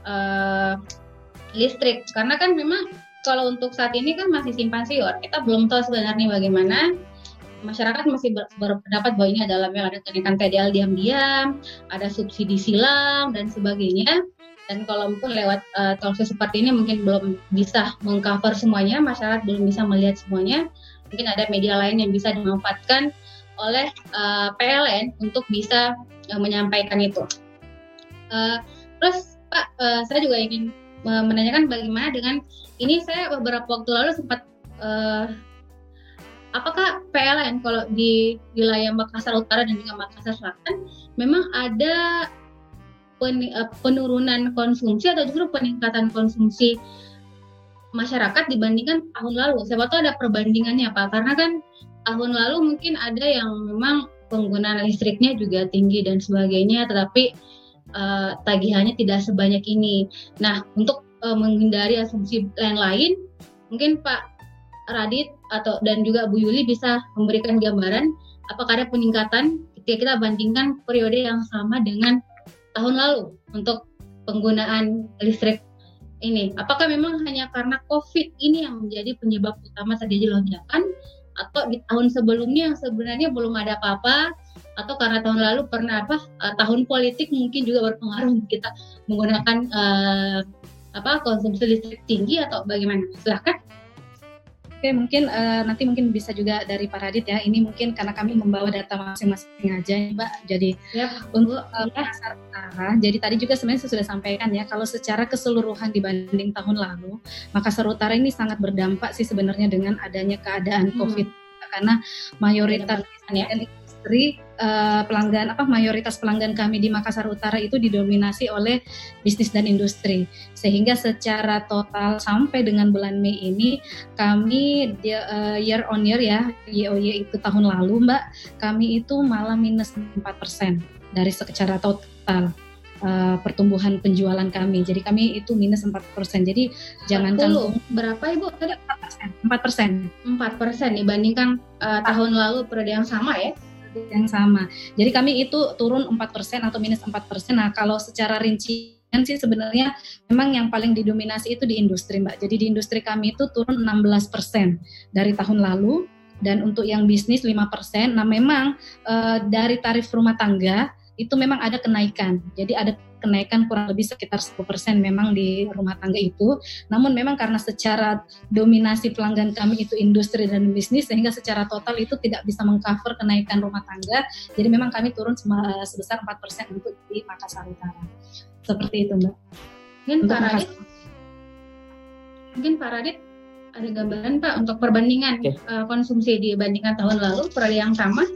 listrik, karena kan memang kalau untuk saat ini kan masih simpang siur, kita belum tahu sebenarnya bagaimana. Masyarakat masih berpendapat bahwa ini adalah yang ada kenaikan TDL diam-diam, ada subsidi silang dan sebagainya. Dan kalau mungkin lewat talk show seperti ini mungkin belum bisa mengcover semuanya, masyarakat belum bisa melihat semuanya. Mungkin ada media lain yang bisa dimanfaatkan oleh PLN untuk bisa menyampaikan itu. Terus Pak, saya juga ingin menanyakan bagaimana dengan ini. Saya beberapa waktu lalu sempat apakah PLN kalau di wilayah Makassar Utara dan juga Makassar Selatan memang ada penurunan konsumsi atau justru peningkatan konsumsi masyarakat dibandingkan tahun lalu. Siapa tahu ada perbandingannya Pak, karena kan tahun lalu mungkin ada yang memang penggunaan listriknya juga tinggi dan sebagainya, tetapi tagihannya tidak sebanyak ini. Nah, untuk menghindari asumsi lain-lain, mungkin Pak Radit dan juga Bu Yuli bisa memberikan gambaran apakah ada peningkatan ketika kita bandingkan periode yang sama dengan tahun lalu untuk penggunaan listrik ini. Apakah memang hanya karena COVID ini yang menjadi penyebab utama terjadi lonjakan, atau di tahun sebelumnya yang sebenarnya belum ada apa-apa, atau karena tahun lalu pernah tahun politik mungkin juga berpengaruh kita menggunakan konsumsi listrik tinggi, atau bagaimana? Silahkan. Oke, mungkin nanti mungkin bisa juga dari Pak Radit ya. Ini mungkin karena kami membawa data masing-masing aja ya, Mbak. Jadi untuk Makassar Utara, jadi tadi juga sebenarnya saya sudah sampaikan ya, kalau secara keseluruhan dibanding tahun lalu, Makassar Utara ini sangat berdampak sih sebenarnya dengan adanya keadaan COVID, karena mayoritas industri mayoritas pelanggan kami di Makassar Utara itu didominasi oleh bisnis dan industri, sehingga secara total sampai dengan bulan Mei ini kami year on year ya, YOY itu tahun lalu Mbak, kami itu malah minus 4% dari secara total pertumbuhan penjualan kami. Jadi kami itu minus 4%. Jadi jangan berapa Ibu tadi? 4% dibandingkan tahun lalu periode yang sama ya? Yang sama. Jadi kami itu turun 4% atau minus 4%. Nah, kalau secara rincian sih sebenarnya memang yang paling didominasi itu di industri, Mbak. Jadi di industri kami itu turun 16% dari tahun lalu, dan untuk yang bisnis 5%. Nah, memang dari tarif rumah tangga itu memang ada kenaikan. Jadi ada kenaikan kurang lebih sekitar 10% memang di rumah tangga itu. Namun memang karena secara dominasi pelanggan kami itu industri dan bisnis, sehingga secara total itu tidak bisa mengcover kenaikan rumah tangga. Jadi memang kami turun sebesar 4% untuk di Makassar Utara. Seperti itu, Mbak. Mungkin Pak Radit ada gambaran Pak untuk perbandingan konsumsi dibandingkan tahun lalu periode yang sama?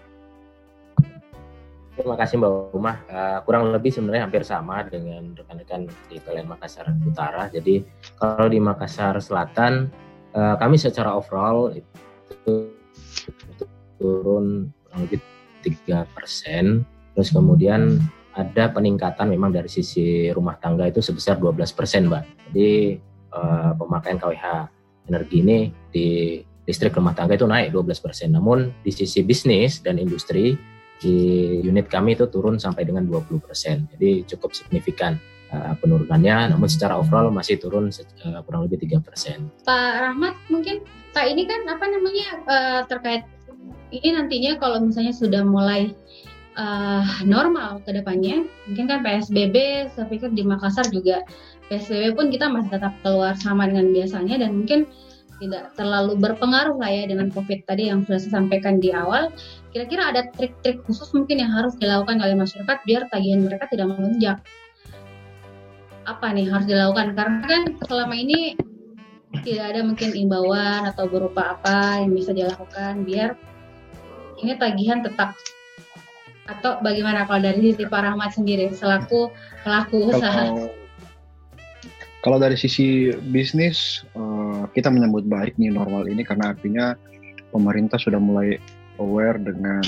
Terima kasih Mbak Umah. Kurang lebih sebenarnya hampir sama dengan rekan-rekan di PLN Makassar Utara. Jadi kalau di Makassar Selatan, kami secara overall itu turun kurang lebih 3%. Terus kemudian ada peningkatan memang dari sisi rumah tangga itu sebesar 12%, Mbak. Jadi pemakaian KWH energi ini di listrik rumah tangga itu naik 12%. Namun di sisi bisnis dan industri, di unit kami itu turun sampai dengan 20%. Jadi cukup signifikan penurunannya, namun secara overall masih turun kurang lebih 3%. Pak Rahmat, mungkin Pak ini kan terkait ini nantinya kalau misalnya sudah mulai normal ke depannya, mungkin kan PSBB, saya pikir di Makassar juga PSBB pun kita masih tetap keluar sama dengan biasanya, dan mungkin tidak terlalu berpengaruh lah ya dengan COVID tadi yang sudah saya sampaikan di awal. Kira-kira ada trik-trik khusus mungkin yang harus dilakukan oleh masyarakat biar tagihan mereka tidak melonjak? Apa nih harus dilakukan? Karena kan selama ini tidak ada mungkin imbauan atau berupa apa yang bisa dilakukan biar ini tagihan tetap, atau bagaimana kalau dari sisi Pak Rahmat sendiri selaku pelaku usaha? Kalau dari sisi bisnis, kita menyambut baik nih normal ini karena artinya pemerintah sudah mulai aware dengan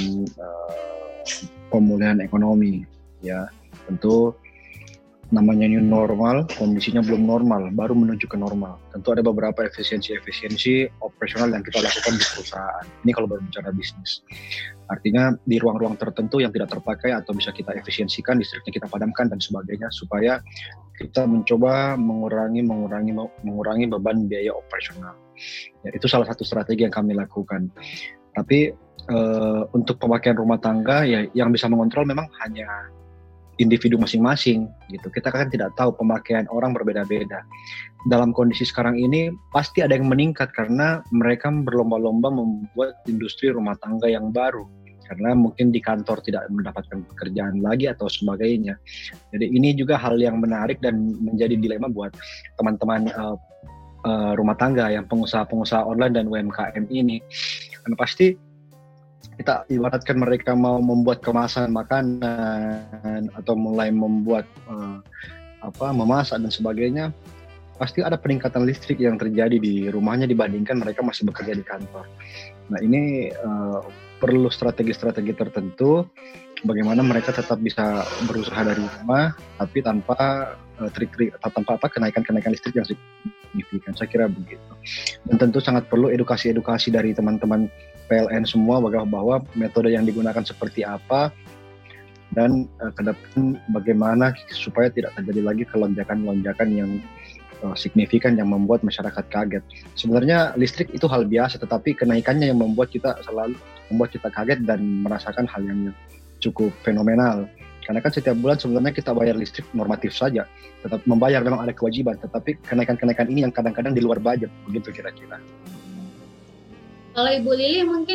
pemulihan ekonomi. Ya, tentu namanya new normal, kondisinya belum normal, baru menuju ke normal. Tentu ada beberapa efisiensi operasional yang kita lakukan di perusahaan. Ini kalau berbicara bisnis. Artinya di ruang-ruang tertentu yang tidak terpakai atau bisa kita efisiensikan, listriknya kita padamkan dan sebagainya, supaya kita mencoba mengurangi beban biaya operasional. Ya, itu salah satu strategi yang kami lakukan. Tapi untuk pemakaian rumah tangga ya yang bisa mengontrol memang hanya individu masing-masing gitu. Kita kan tidak tahu, pemakaian orang berbeda-beda. Dalam kondisi sekarang ini pasti ada yang meningkat karena mereka berlomba-lomba membuat industri rumah tangga yang baru. Karena mungkin di kantor tidak mendapatkan pekerjaan lagi atau sebagainya. Jadi ini juga hal yang menarik dan menjadi dilema buat teman-teman rumah tangga yang pengusaha-pengusaha online dan UMKM ini. Karena pasti kita ibaratkan mereka mau membuat kemasan makanan atau mulai membuat memasak dan sebagainya, pasti ada peningkatan listrik yang terjadi di rumahnya dibandingkan mereka masih bekerja di kantor. Nah ini perlu strategi-strategi tertentu bagaimana mereka tetap bisa berusaha dari rumah tapi tanpa kenaikan listrik yang signifikan. Saya kira begitu. Dan tentu sangat perlu edukasi dari teman-teman PLN semua bahwa metode yang digunakan seperti apa dan ke depan bagaimana supaya tidak terjadi lagi kelonjakan-lonjakan yang signifikan yang membuat masyarakat kaget. Sebenarnya listrik itu hal biasa, tetapi kenaikannya yang membuat kita kaget dan merasakan hal yang cukup fenomenal. Karena kan setiap bulan sebenarnya kita bayar listrik normatif saja, tetap membayar memang ada kewajiban, tetapi kenaikan-kenaikan ini yang kadang-kadang di luar budget, begitu kira-kira. Kalau Ibu Lili mungkin?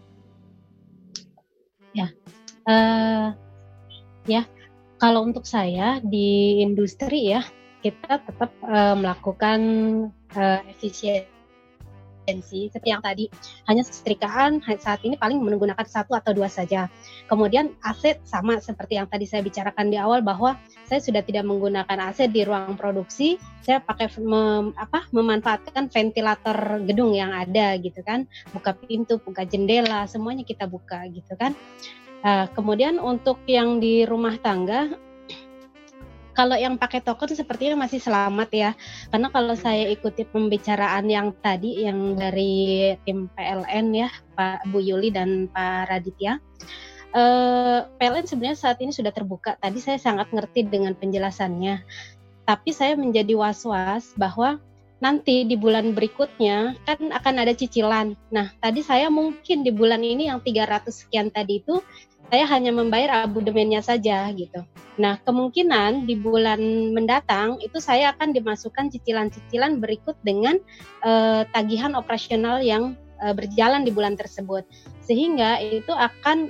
Ya, kalau untuk saya di industri ya, kita tetap melakukan efisiensi seperti yang tadi, hanya setrikaan saat ini paling menggunakan 1 atau 2 saja. Kemudian AC sama seperti yang tadi saya bicarakan di awal bahwa saya sudah tidak menggunakan AC di ruang produksi, saya pakai memanfaatkan ventilator gedung yang ada gitu kan, buka pintu, buka jendela, semuanya kita buka gitu kan. Kemudian untuk yang di rumah tangga, kalau yang pakai token sepertinya masih selamat ya, karena kalau saya ikuti pembicaraan yang tadi yang dari tim PLN ya, Pak Bu Yuli dan Pak Raditya, PLN sebenarnya saat ini sudah terbuka. Tadi saya sangat ngerti dengan penjelasannya, tapi saya menjadi was-was bahwa nanti di bulan berikutnya kan akan ada cicilan. Nah, tadi saya mungkin di bulan ini yang 300 sekian tadi itu saya hanya membayar abodemennya saja gitu. Nah, kemungkinan di bulan mendatang itu saya akan dimasukkan cicilan-cicilan berikut dengan tagihan operasional yang berjalan di bulan tersebut. Sehingga itu akan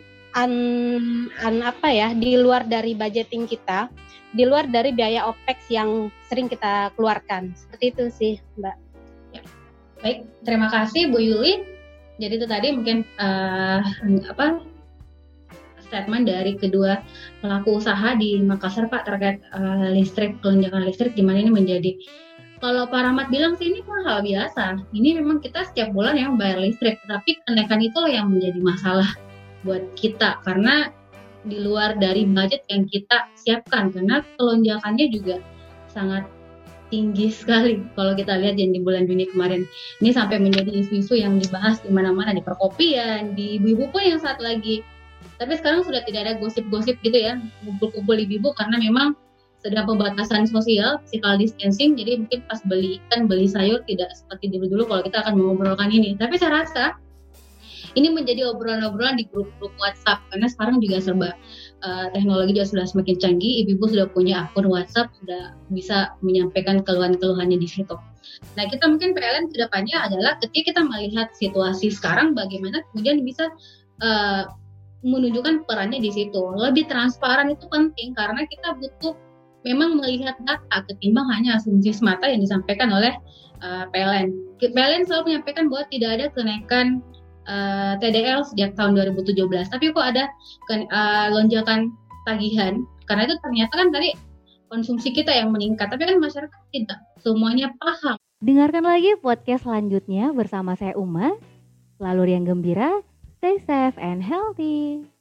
di luar dari budgeting kita, di luar dari biaya OPEX yang sering kita keluarkan. Seperti itu sih, Mbak. Ya. Baik, terima kasih Bu Yuli. Jadi itu tadi mungkin statement dari kedua pelaku usaha di Makassar Pak terkait kelonjakan listrik, di mana ini menjadi, kalau Pak Rahmat bilang sih ini kan hal biasa. Ini memang kita setiap bulan yang bayar listrik, tapi kenaikan itu yang menjadi masalah buat kita karena di luar dari budget yang kita siapkan, karena kelonjakannya juga sangat tinggi sekali kalau kita lihat yang di bulan Juni kemarin. Ini sampai menjadi isu-isu yang dibahas di mana-mana, di perkopian, di ibu-ibu pun yang saat lagi. Tapi sekarang sudah tidak ada gosip-gosip gitu ya, kumpul-kumpul ibu-ibu karena memang sedang pembatasan sosial, physical distancing, jadi mungkin pas beli ikan, beli sayur tidak seperti dulu kalau kita akan mengobrolkan ini. Tapi saya rasa ini menjadi obrolan-obrolan di grup-grup WhatsApp, karena sekarang juga serba teknologi juga sudah semakin canggih, ibu-ibu sudah punya akun WhatsApp, sudah bisa menyampaikan keluhan-keluhannya di situ. Nah, kita mungkin PLN kedepannya adalah ketika kita melihat situasi sekarang, bagaimana kemudian bisa menunjukkan perannya di situ. Lebih transparan itu penting karena kita butuh memang melihat data ketimbang hanya asumsi semata yang disampaikan oleh PLN. PLN selalu menyampaikan bahwa tidak ada kenaikan TDL sejak tahun 2017, tapi kok ada lonjakan tagihan, karena itu ternyata kan tadi konsumsi kita yang meningkat, tapi kan masyarakat tidak semuanya paham. Dengarkan lagi podcast selanjutnya bersama saya Uma. Selalu riang gembira, stay safe and healthy.